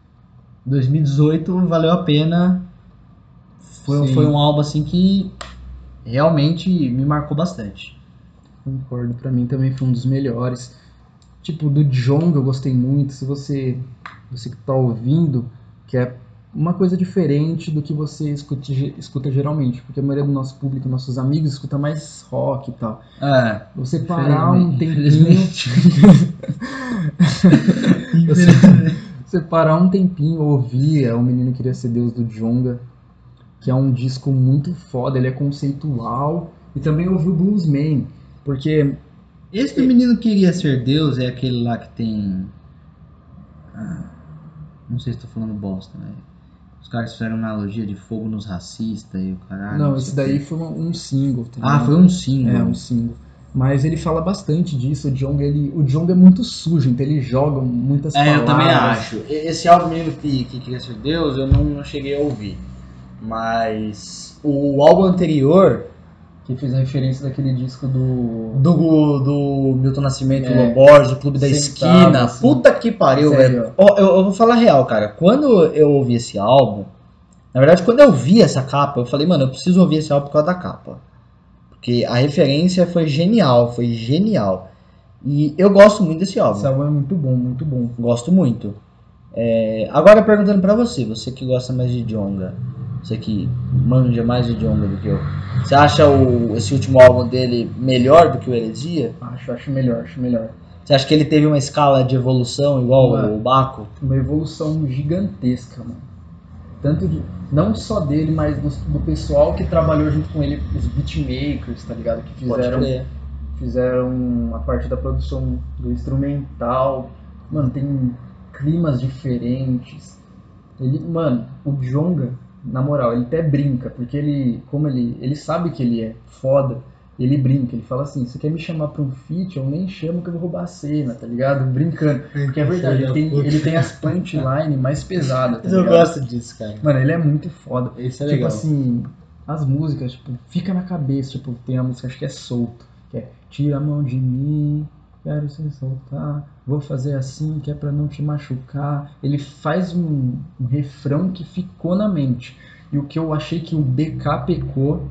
A: 2018 valeu a pena. Foi um álbum assim que realmente me marcou bastante.
B: Concordo, pra mim também foi um dos melhores. Tipo, do Djonga eu gostei muito. Se você que tá ouvindo, que é uma coisa diferente do que você escuta geralmente, porque a maioria do nosso público, nossos amigos, escuta mais rock e tal. Você parar um tempinho... você parar um tempinho, ouvir O Menino Queria Ser Deus, do Djonga, que é um disco muito foda, ele é conceitual, e também ouvir o Bluesman, porque...
A: Esse do Menino Queria Ser Deus é aquele lá que tem... não sei se tô falando bosta, né? Os caras fizeram analogia de fogo nos racistas e o caralho.
B: Não, esse daí foi um single.
A: Foi um single.
B: É, um single. Mas ele fala bastante disso. O Djonga é muito sujo, então ele joga muitas palavras.
A: Eu também acho. Esse álbum Menino que Queria Ser Deus, eu não cheguei a ouvir. Mas o álbum anterior,
B: que fez a referência daquele disco
A: do Milton Nascimento, Loborges, o Clube da Esquina. Assim. Puta que pariu, velho. Eu vou falar real, cara. Quando eu ouvi esse álbum, na verdade, quando eu vi essa capa, eu falei, mano, eu preciso ouvir esse álbum por causa da capa. Porque a referência foi genial, E eu gosto muito desse álbum.
B: Esse álbum é muito bom, muito bom.
A: Gosto muito. Agora perguntando pra você que gosta mais de Djonga, você que manja mais de Djonga do que eu, você acha esse último álbum dele melhor do que o Heresia?
B: Acho melhor.
A: Você acha que ele teve uma escala de evolução igual o Baco?
B: Uma evolução gigantesca, mano. Não só dele, mas do pessoal que trabalhou junto com ele, os beatmakers, tá ligado? Que fizeram a parte da produção do instrumental. Mano, tem climas diferentes. Mano, o Djonga, na moral, ele até brinca, porque ele sabe que ele é foda, ele brinca, ele fala assim, você quer me chamar pra um feat, eu nem chamo que eu vou roubar a cena, tá ligado? Brincando, porque é verdade, ele tem as punchline mais pesadas, tá ligado?
A: Eu gosto disso, cara.
B: Mano, ele é muito foda.
A: Isso é legal.
B: Tipo assim, as músicas, tipo, fica na cabeça, tipo, tem a música, acho que é Solto, que é Tira a mão de mim, quero se soltar, vou fazer assim que é pra não te machucar. Ele faz um refrão que ficou na mente. E o que eu achei que o BK pecou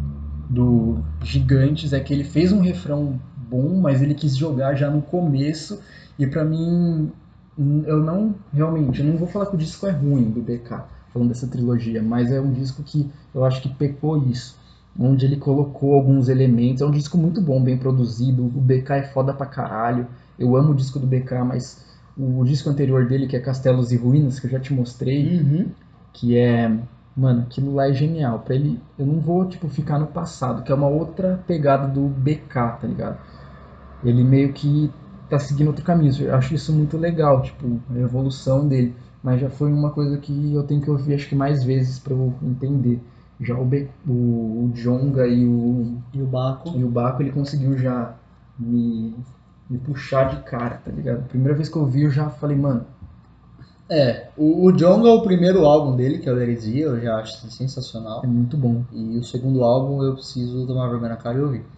B: do Gigantes é que ele fez um refrão bom, mas ele quis jogar já no começo. E pra mim, eu não vou falar que o disco é ruim do BK, falando dessa trilogia, mas é um disco que eu acho que pecou isso. Onde ele colocou alguns elementos. É um disco muito bom, bem produzido. O BK é foda pra caralho. Eu amo o disco do BK, mas o disco anterior dele, que é Castelos e Ruínas, que eu já te mostrei, que é... Mano, aquilo lá é genial. Pra ele, eu não vou, tipo, ficar no passado, que é uma outra pegada do BK, tá ligado? Ele meio que tá seguindo outro caminho. Eu acho isso muito legal, tipo, a evolução dele. Mas já foi uma coisa que eu tenho que ouvir, acho que mais vezes pra eu entender. Já o Djonga e o Baco, ele conseguiu já me puxar de cara, tá ligado? Primeira vez que eu vi, eu já falei, mano,
A: O Djonga, o primeiro álbum dele, que é o Heresia, eu já acho sensacional.
B: É muito bom.
A: E o segundo álbum eu preciso tomar vergonha na cara e ouvir.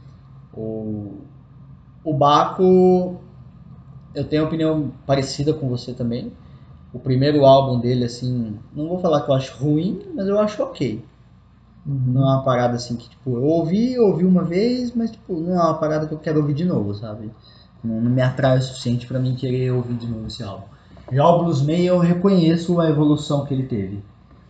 A: O Baco, eu tenho uma opinião parecida com você também. O primeiro álbum dele, assim, não vou falar que eu acho ruim, mas eu acho ok. Não é uma parada assim que, tipo, eu ouvi uma vez, mas, tipo, não é uma parada que eu quero ouvir de novo, sabe? Não me atrai o suficiente pra mim querer ouvir de novo esse álbum. Já o Bluesman, eu reconheço a evolução que ele teve.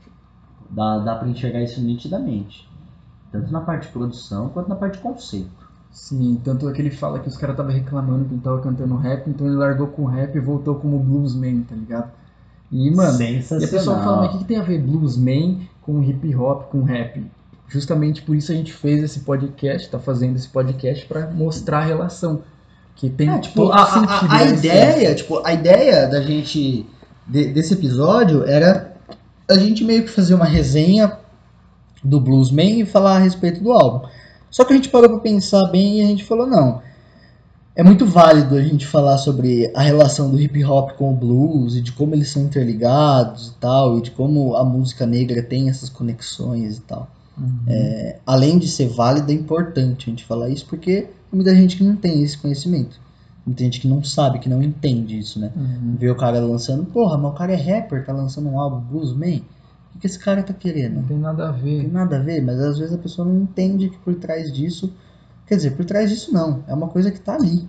A: Dá pra enxergar isso nitidamente. Tanto na parte de produção, quanto na parte de conceito.
B: Sim, tanto é que ele fala que os caras estavam reclamando que ele tava cantando rap, então ele largou com rap e voltou como bluesman, tá ligado? E, mano, e a pessoa fala, mas o que tem a ver bluesman com hip hop, com rap? Justamente por isso a gente fez esse podcast, tá fazendo esse podcast pra mostrar a relação. Que tem todo sentido.
A: A ideia da gente, desse episódio, era a gente meio que fazer uma resenha do Bluesman e falar a respeito do álbum. Só que a gente parou pra pensar bem e a gente falou, não, é muito válido a gente falar sobre a relação do hip hop com o blues e de como eles são interligados e tal, e de como a música negra tem essas conexões e tal. Além de ser válido, é importante a gente falar isso, porque tem muita gente que não tem esse conhecimento. Muita gente que não sabe, que não entende isso, né? Vê o cara lançando, porra, mas o cara é rapper, tá lançando um álbum Bluesman, o que esse cara tá querendo?
B: Não tem nada a ver.
A: Não tem nada a ver, mas às vezes a pessoa não entende que por trás disso... Quer dizer, por trás disso não, é uma coisa que tá ali.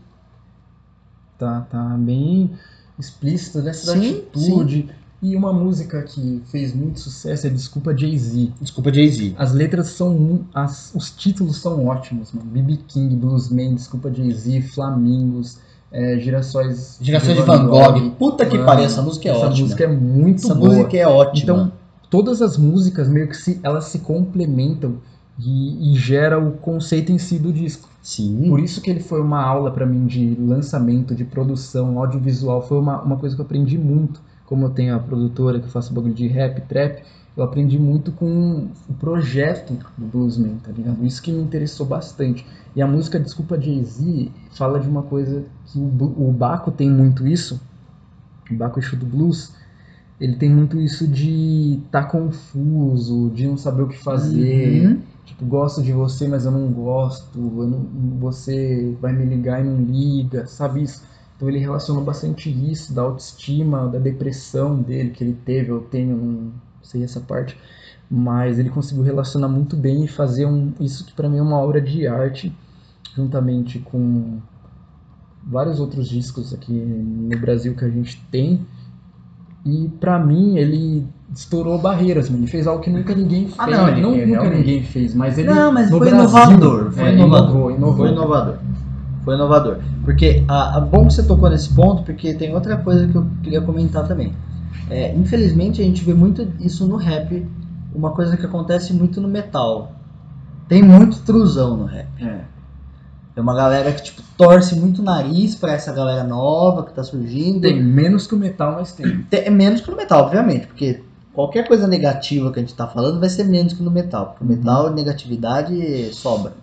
B: Tá bem explícito dessa atitude. Sim. E uma música que fez muito sucesso é Desculpa Jay-Z.
A: Desculpa Jay-Z.
B: As letras são... os títulos são ótimos, mano. B.B. King, Bluesman, Desculpa Jay-Z, Flamingos, Girassóis
A: de Van Gogh. Puta que pariu, essa música é ótima.
B: Essa música é muito boa.
A: Essa música é ótima.
B: Então, todas as músicas meio que elas se complementam e gera o conceito em si do disco.
A: Sim.
B: Por isso que ele foi uma aula pra mim de lançamento, de produção, audiovisual. Foi uma coisa que eu aprendi muito. Como eu tenho a produtora que eu faço bagulho de rap, trap, eu aprendi muito com o projeto do Bluesman, tá ligado? Isso que me interessou bastante. E a música Desculpa Jay-Z fala de uma coisa que o Baco tem muito isso, o Baco Exu do Blues, ele tem muito isso de tá confuso, de não saber o que fazer, tipo, gosto de você, mas eu não gosto, você vai me ligar e não liga, sabe isso? Então ele relaciona bastante isso, da autoestima, da depressão dele, que ele teve, eu tenho, não sei essa parte, mas ele conseguiu relacionar muito bem e fazer isso que pra mim é uma obra de arte, juntamente com vários outros discos aqui no Brasil que a gente tem, e pra mim ele estourou barreiras, mano. Ele fez algo que nunca ninguém fez. Nunca ninguém fez, mas ele
A: mas
B: no
A: foi
B: Brasil,
A: inovador.
B: Foi
A: inovador. Porque bom que você tocou nesse ponto, porque tem outra coisa que eu queria comentar também. Infelizmente a gente vê muito isso no rap, uma coisa que acontece muito no metal. Tem muito truzão no rap. Tem uma galera que tipo torce muito o nariz pra essa galera nova que tá surgindo.
B: Tem menos que o metal, mas tem.
A: Menos que o metal, obviamente, porque qualquer coisa negativa que a gente tá falando vai ser menos que no metal, porque o metal, negatividade sobra.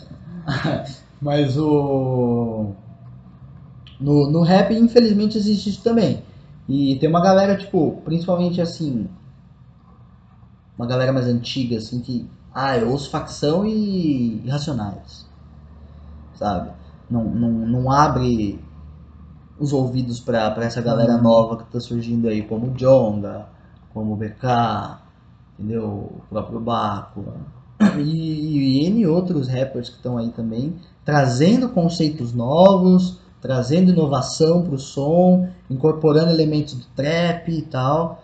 A: Mas no rap, infelizmente, existe isso também. E tem uma galera, tipo, principalmente assim, uma galera mais antiga, assim, que, eu ouço Facção e Racionais, sabe? Não abre os ouvidos pra essa galera nova que tá surgindo aí, como o Djonga, como o BK, entendeu? O próprio Baco. E N outros rappers que estão aí também, trazendo conceitos novos, trazendo inovação pro som, incorporando elementos do trap e tal.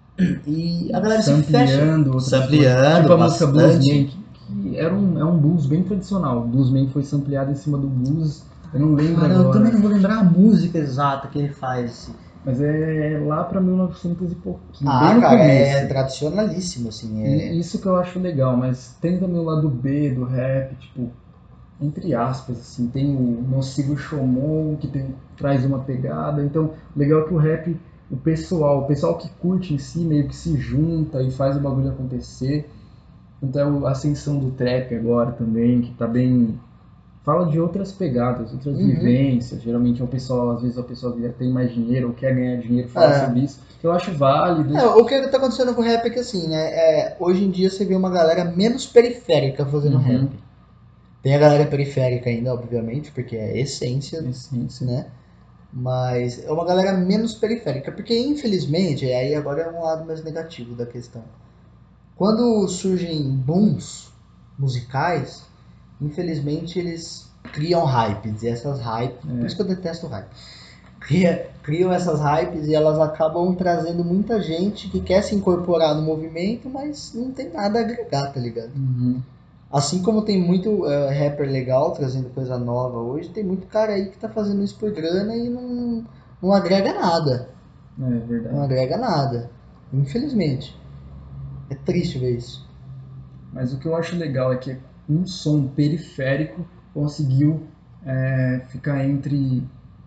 A: E a galera se fecha. Sampleando
B: tipo a música Bluesman, que é um blues bem tradicional. O Bluesman foi sampleado em cima do blues. Eu não lembro agora.
A: Eu também não vou lembrar a música exata que ele faz.
B: Mas é lá pra 1900 e pouquinho.
A: Bem no começo. É tradicionalíssimo, assim.
B: Isso que eu acho legal, mas tem também o lado B do rap, tipo, entre aspas, assim, tem o Nocivo Chomon, que traz uma pegada. Então, legal que o rap, o pessoal que curte em si, meio que se junta e faz o bagulho acontecer. Então, a ascensão do trap agora também, que tá bem fala de outras pegadas, outras vivências. Geralmente às vezes a pessoa tem mais dinheiro ou quer ganhar dinheiro, fala sobre isso. Eu acho válido.
A: O que tá acontecendo com o rap é que assim, né? Hoje em dia você vê uma galera menos periférica fazendo rap. Tem a galera periférica ainda, obviamente, porque é a essência, né? Mas é uma galera menos periférica, porque infelizmente, aí agora é um lado mais negativo da questão. Quando surgem booms musicais, infelizmente eles criam hypes, e essas hypes, por isso que eu detesto hype. Criam essas hypes e elas acabam trazendo muita gente que quer se incorporar no movimento, mas não tem nada a agregar, tá ligado? Assim como tem muito rapper legal trazendo coisa nova hoje, tem muito cara aí que tá fazendo isso por grana e não agrega nada.
B: É verdade.
A: Não agrega nada, infelizmente. É triste ver isso.
B: Mas o que eu acho legal é que um som periférico conseguiu ficar entre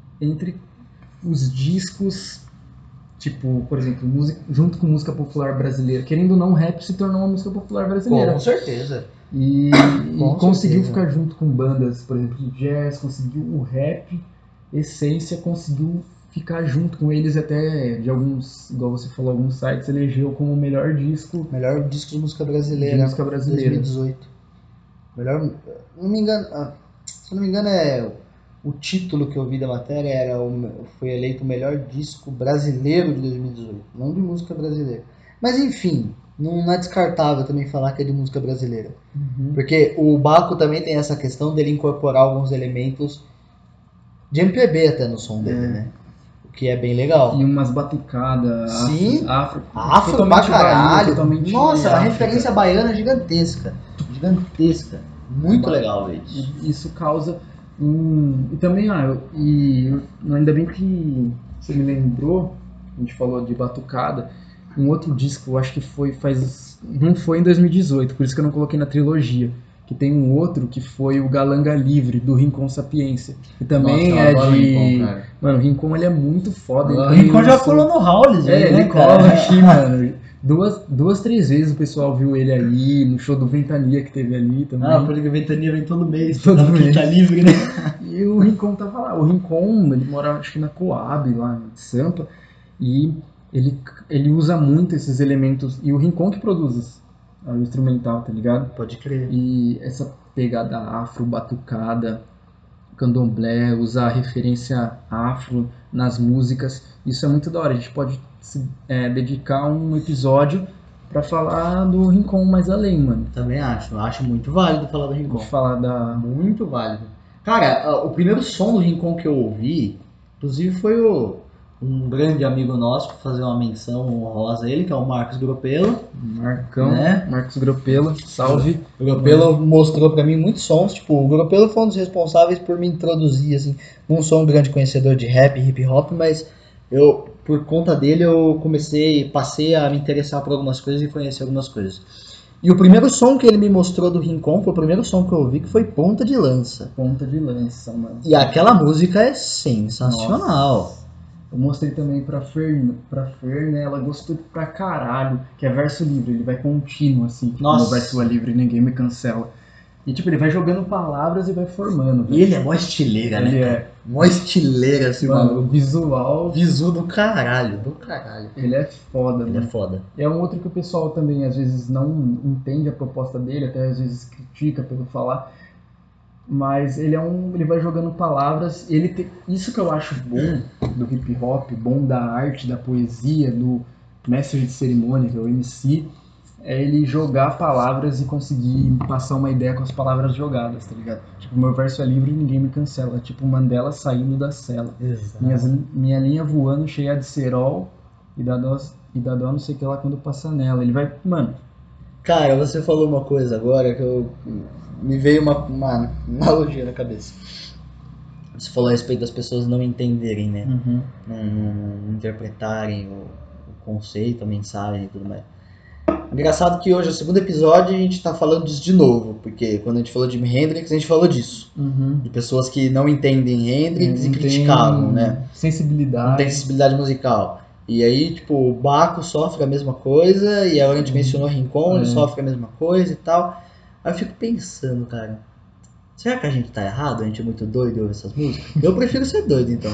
B: os discos, tipo, por exemplo, junto com música popular brasileira. Querendo ou não, o rap se tornou uma música popular brasileira.
A: Com certeza.
B: E conseguiu ficar junto com bandas, por exemplo, de jazz, conseguiu o rap, essência, conseguiu ficar junto com eles até de alguns, igual você falou, alguns sites elegeu como o melhor disco.
A: Melhor disco de música brasileira. 2018. Melhor, se não me engano o título que eu vi da matéria foi eleito o melhor disco brasileiro de 2018, não de música brasileira. Mas enfim, não é descartável também falar que é de música brasileira. Porque o Baco também tem essa questão dele incorporar alguns elementos de MPB até no som dele, né? O que é bem legal.
B: E umas batucadas.
A: Sim, afro pra caralho. Nossa, a referência baiana é gigantesca. Muito legal ver isso.
B: Isso causa e também, ainda bem que você me lembrou, a gente falou de batucada, um outro disco, eu acho que não foi em 2018, por isso que eu não coloquei na trilogia, que tem um outro que foi o Galanga Livre, do Rincon Sapiência, que também
A: Rincon,
B: mano, o Rincon ele é muito foda.
A: O Rincon já colou no Howlis,
B: ele cola aqui, mano. 2, 3 vezes o pessoal viu ele aí, no show do Ventania que teve ali também.
A: Porque o Ventania vem todo mês, tá livre, né?
B: E o Rincon tava lá. O Rincon, ele mora acho que na Coab, lá de Sampa, e ele usa muito esses elementos, e o Rincon que produz o instrumental, tá ligado?
A: Pode crer.
B: E essa pegada afro, batucada, candomblé, usar referência afro nas músicas, isso é muito da hora. A gente pode dedicar um episódio pra falar do Rincon mais além, mano.
A: Também acho muito válido falar do Rincon.
B: Muito válido.
A: Cara, o primeiro som do Rincon que eu ouvi, inclusive foi um grande amigo nosso, pra fazer uma menção honrosa a ele, que é o Marcos Gropello.
B: Marcão, né? Marcos Gropello, salve.
A: O Gropello mostrou pra mim muitos sons, tipo, o Gropello foi um dos responsáveis por me introduzir, assim, não sou um grande conhecedor de rap, hip hop, mas por conta dele eu passei a me interessar por algumas coisas e conhecer algumas coisas. E o primeiro som que ele me mostrou do Rincon foi o primeiro som que eu ouvi, que foi Ponta de Lança.
B: Ponta de Lança, mano.
A: E aquela música é sensacional.
B: Nossa. Eu mostrei também pra Fer, né? Ela gostou pra caralho, que é verso livre, ele vai contínuo, assim.
A: Nossa.
B: No verso livre, ninguém me cancela. E tipo, ele vai jogando palavras e vai formando.
A: E ele é mó estileira, né? Ele é. Mó estileira, assim,
B: mano. O visual.
A: Visu do caralho.
B: Ele é foda,
A: Ele
B: mano.
A: é foda.
B: É um outro que o pessoal também às vezes não entende a proposta dele, até às vezes critica pelo falar. Mas ele vai jogando palavras. Isso que eu acho bom do hip hop, bom da arte, da poesia, do mestre de cerimônia, que é o MC, é ele jogar palavras e conseguir passar uma ideia com as palavras jogadas, tá ligado? Tipo, meu verso é livre e ninguém me cancela. Tipo, Mandela saindo da cela.
A: Exato.
B: Minha linha voando cheia de cerol e dá dó não sei o que lá quando passa nela. Ele vai, mano.
A: Cara, você falou uma coisa agora que me veio uma analogia na cabeça. Você falou a respeito das pessoas não entenderem, né? Não interpretarem o conceito, a mensagem e tudo mais. Engraçado que hoje, no segundo episódio, a gente tá falando disso de novo, porque quando a gente falou de Jimi Hendrix, a gente falou disso. De pessoas que não entendem Hendrix e criticavam, né?
B: Sensibilidade.
A: Não tem sensibilidade musical. E aí, tipo, o Baco sofre a mesma coisa, e agora a gente mencionou o Rincon, ele sofre a mesma coisa e tal. Aí eu fico pensando, cara, Será que a gente tá errado? A gente é muito doido e ouve essas músicas? Eu prefiro ser doido, então.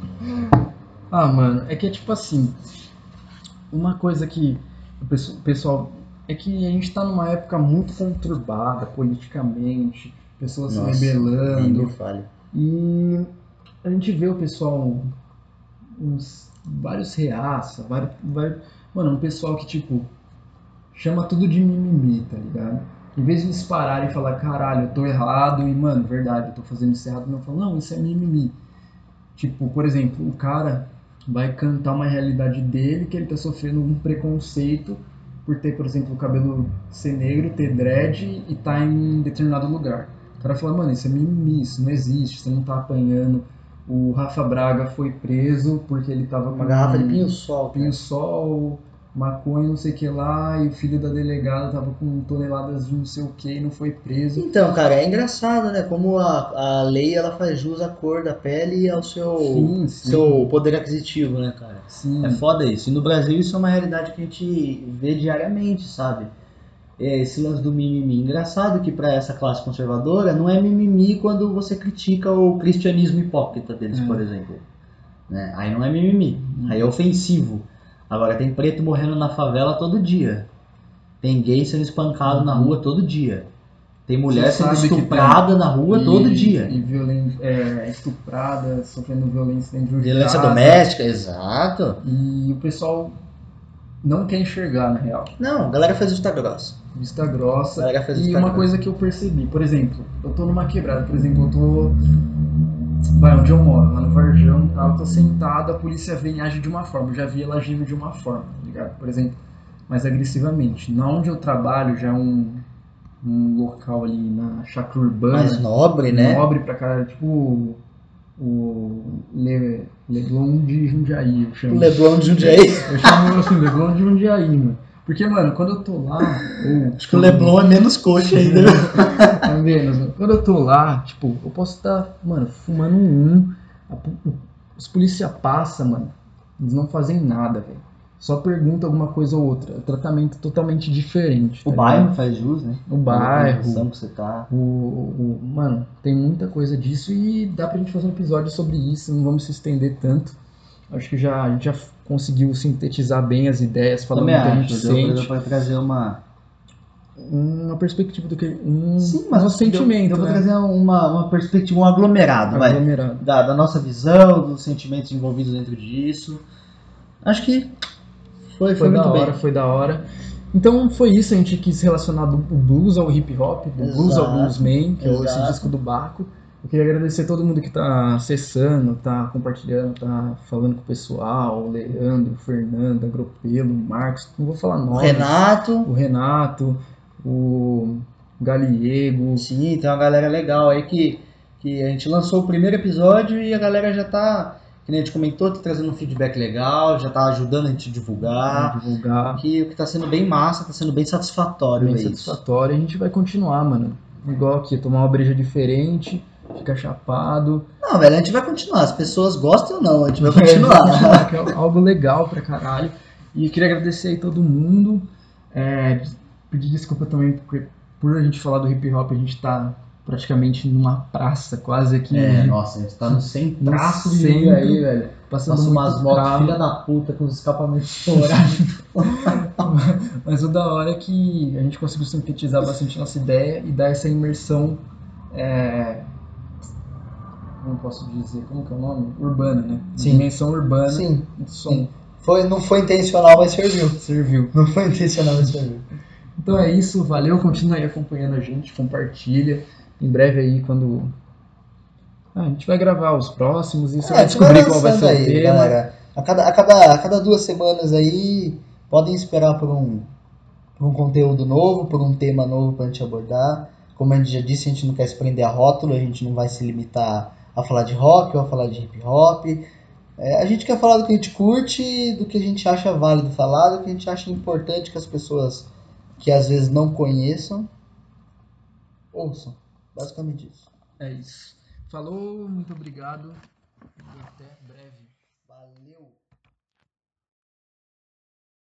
B: Ah, mano, é que é tipo assim, uma coisa que o pessoal... É que a gente tá numa época muito conturbada politicamente, pessoas se rebelando. E a gente vê o pessoal, vários reaça, mano, um pessoal que tipo, chama tudo de mimimi, tá ligado? Em vez de eles pararem e falar, caralho, eu tô errado, e mano, verdade, eu tô fazendo isso errado, não, falam, não, isso é mimimi. Tipo, por exemplo, o cara vai cantar uma realidade dele, que ele tá sofrendo um preconceito por ter, por exemplo, o cabelo ser negro, ter dread e tá em determinado lugar. O cara fala, mano, isso é mimimi, isso não existe, você não tá apanhando. O Rafa Braga foi preso porque ele tava com
A: uma garrafa de pinho-sol.
B: Pinho-sol, maconha, não sei o que lá, e o filho da delegada tava com toneladas de não sei o que e não foi preso.
A: Então, cara, é engraçado, né? Como a lei ela faz jus à cor da pele e ao seu poder aquisitivo, né, cara?
B: Sim.
A: É foda isso. E no Brasil isso é uma realidade que a gente vê diariamente, sabe? Esse lance do mimimi. Engraçado que para essa classe conservadora não é mimimi quando você critica o cristianismo hipócrita deles, por exemplo. Né? Aí não é mimimi, aí é ofensivo. Agora tem preto morrendo na favela todo dia. Tem gay sendo espancado na rua todo dia. Tem mulher sendo estuprada na rua todo dia.
B: E estuprada, sofrendo violência dentro de
A: violência doméstica, exato.
B: E o pessoal não quer enxergar, na real.
A: Não, a galera faz vista grossa.
B: Vista grossa. E uma coisa que eu percebi, por exemplo, eu tô numa quebrada, por exemplo, eu tô... Vai, onde eu moro, lá no Varjão, tá? Eu tô sentado, a polícia vem e age de uma forma. Eu já vi ela agindo de uma forma, tá ligado? Por exemplo, mais agressivamente. Na onde eu trabalho já é um local ali na chácara urbana.
A: Mais nobre, né?
B: Nobre pra caralho, tipo o Leblon de Jundiaí, eu chamo.
A: O Leblon de Jundiaí?
B: Eu chamo assim, Leblon de Jundiaí, mano. Porque, mano, quando eu tô lá...
A: Acho que o Leblon é menos coxa ainda.
B: É menos, mano. Quando eu tô lá, tipo, eu posso estar, mano, fumando os polícia passam, mano, eles não fazem nada, velho. Só pergunta alguma coisa ou outra. Tratamento totalmente diferente.
A: O bairro faz jus, né?
B: O bairro.
A: Que você tá.
B: Mano, tem muita coisa disso e dá pra gente fazer um episódio sobre isso. Não vamos se estender tanto. Acho que a gente já conseguiu sintetizar bem as ideias, falando do que a gente sente.
A: Deu pra trazer uma
B: perspectiva do que
A: sim, mas
B: nosso sentimento.
A: Deu pra trazer uma perspectiva, um aglomerado. Da nossa visão, dos sentimentos envolvidos dentro disso. Acho que foi muito bem.
B: Foi da hora. Então foi isso, a gente quis relacionar o blues ao hip hop, do blues ao bluesman, que é esse disco do Baco. Eu queria agradecer a todo mundo que está acessando, está compartilhando, está falando com o pessoal, o Leandro, o Fernando, Agropelo, o Marcos, não vou falar nomes.
A: O
B: Renato, o Galiego.
A: Sim, tem uma galera legal aí que a gente lançou o primeiro episódio e a galera já tá, que nem a gente comentou, tá trazendo um feedback legal, já tá ajudando a gente a divulgar. Que o que tá sendo bem massa, tá sendo bem satisfatório.
B: Bem satisfatório, a gente vai continuar, mano. Igual aqui, tomar uma breja diferente, ficar chapado.
A: Não, velho, a gente vai continuar. As pessoas gostam ou não, a gente vai continuar.
B: Que é algo legal pra caralho. E queria agradecer aí todo mundo. Pedir desculpa também por a gente falar do hip hop, a gente tá praticamente numa praça, quase aqui.
A: Nossa, a gente tá no centraço de aí, velho.
B: Passando
A: umas motos filha da puta com os escapamentos estourados.
B: Mas o da hora é que a gente conseguiu sintetizar bastante nossa ideia e dar essa imersão, como posso dizer, como que é o nome? Urbana, né?
A: Sim.
B: Dimensão urbana.
A: Sim.
B: Do som.
A: Não foi intencional, mas serviu.
B: Não
A: foi intencional, mas serviu.
B: Então é isso, valeu, continua aí acompanhando a gente, compartilha. Em breve aí, quando a gente vai gravar os próximos e você vai descobrir qual vai ser o tema.
A: Galera. A cada 2 semanas aí, podem esperar por um conteúdo novo, por um tema novo pra gente abordar. Como a gente já disse, a gente não quer se prender a rótulo, a gente não vai se limitar a falar de rock ou a falar de hip hop. A gente quer falar do que a gente curte, do que a gente acha válido falar, do que a gente acha importante que as pessoas que às vezes não conheçam ouçam. Basicamente isso.
B: É isso. Falou, muito obrigado e até breve.
A: Valeu!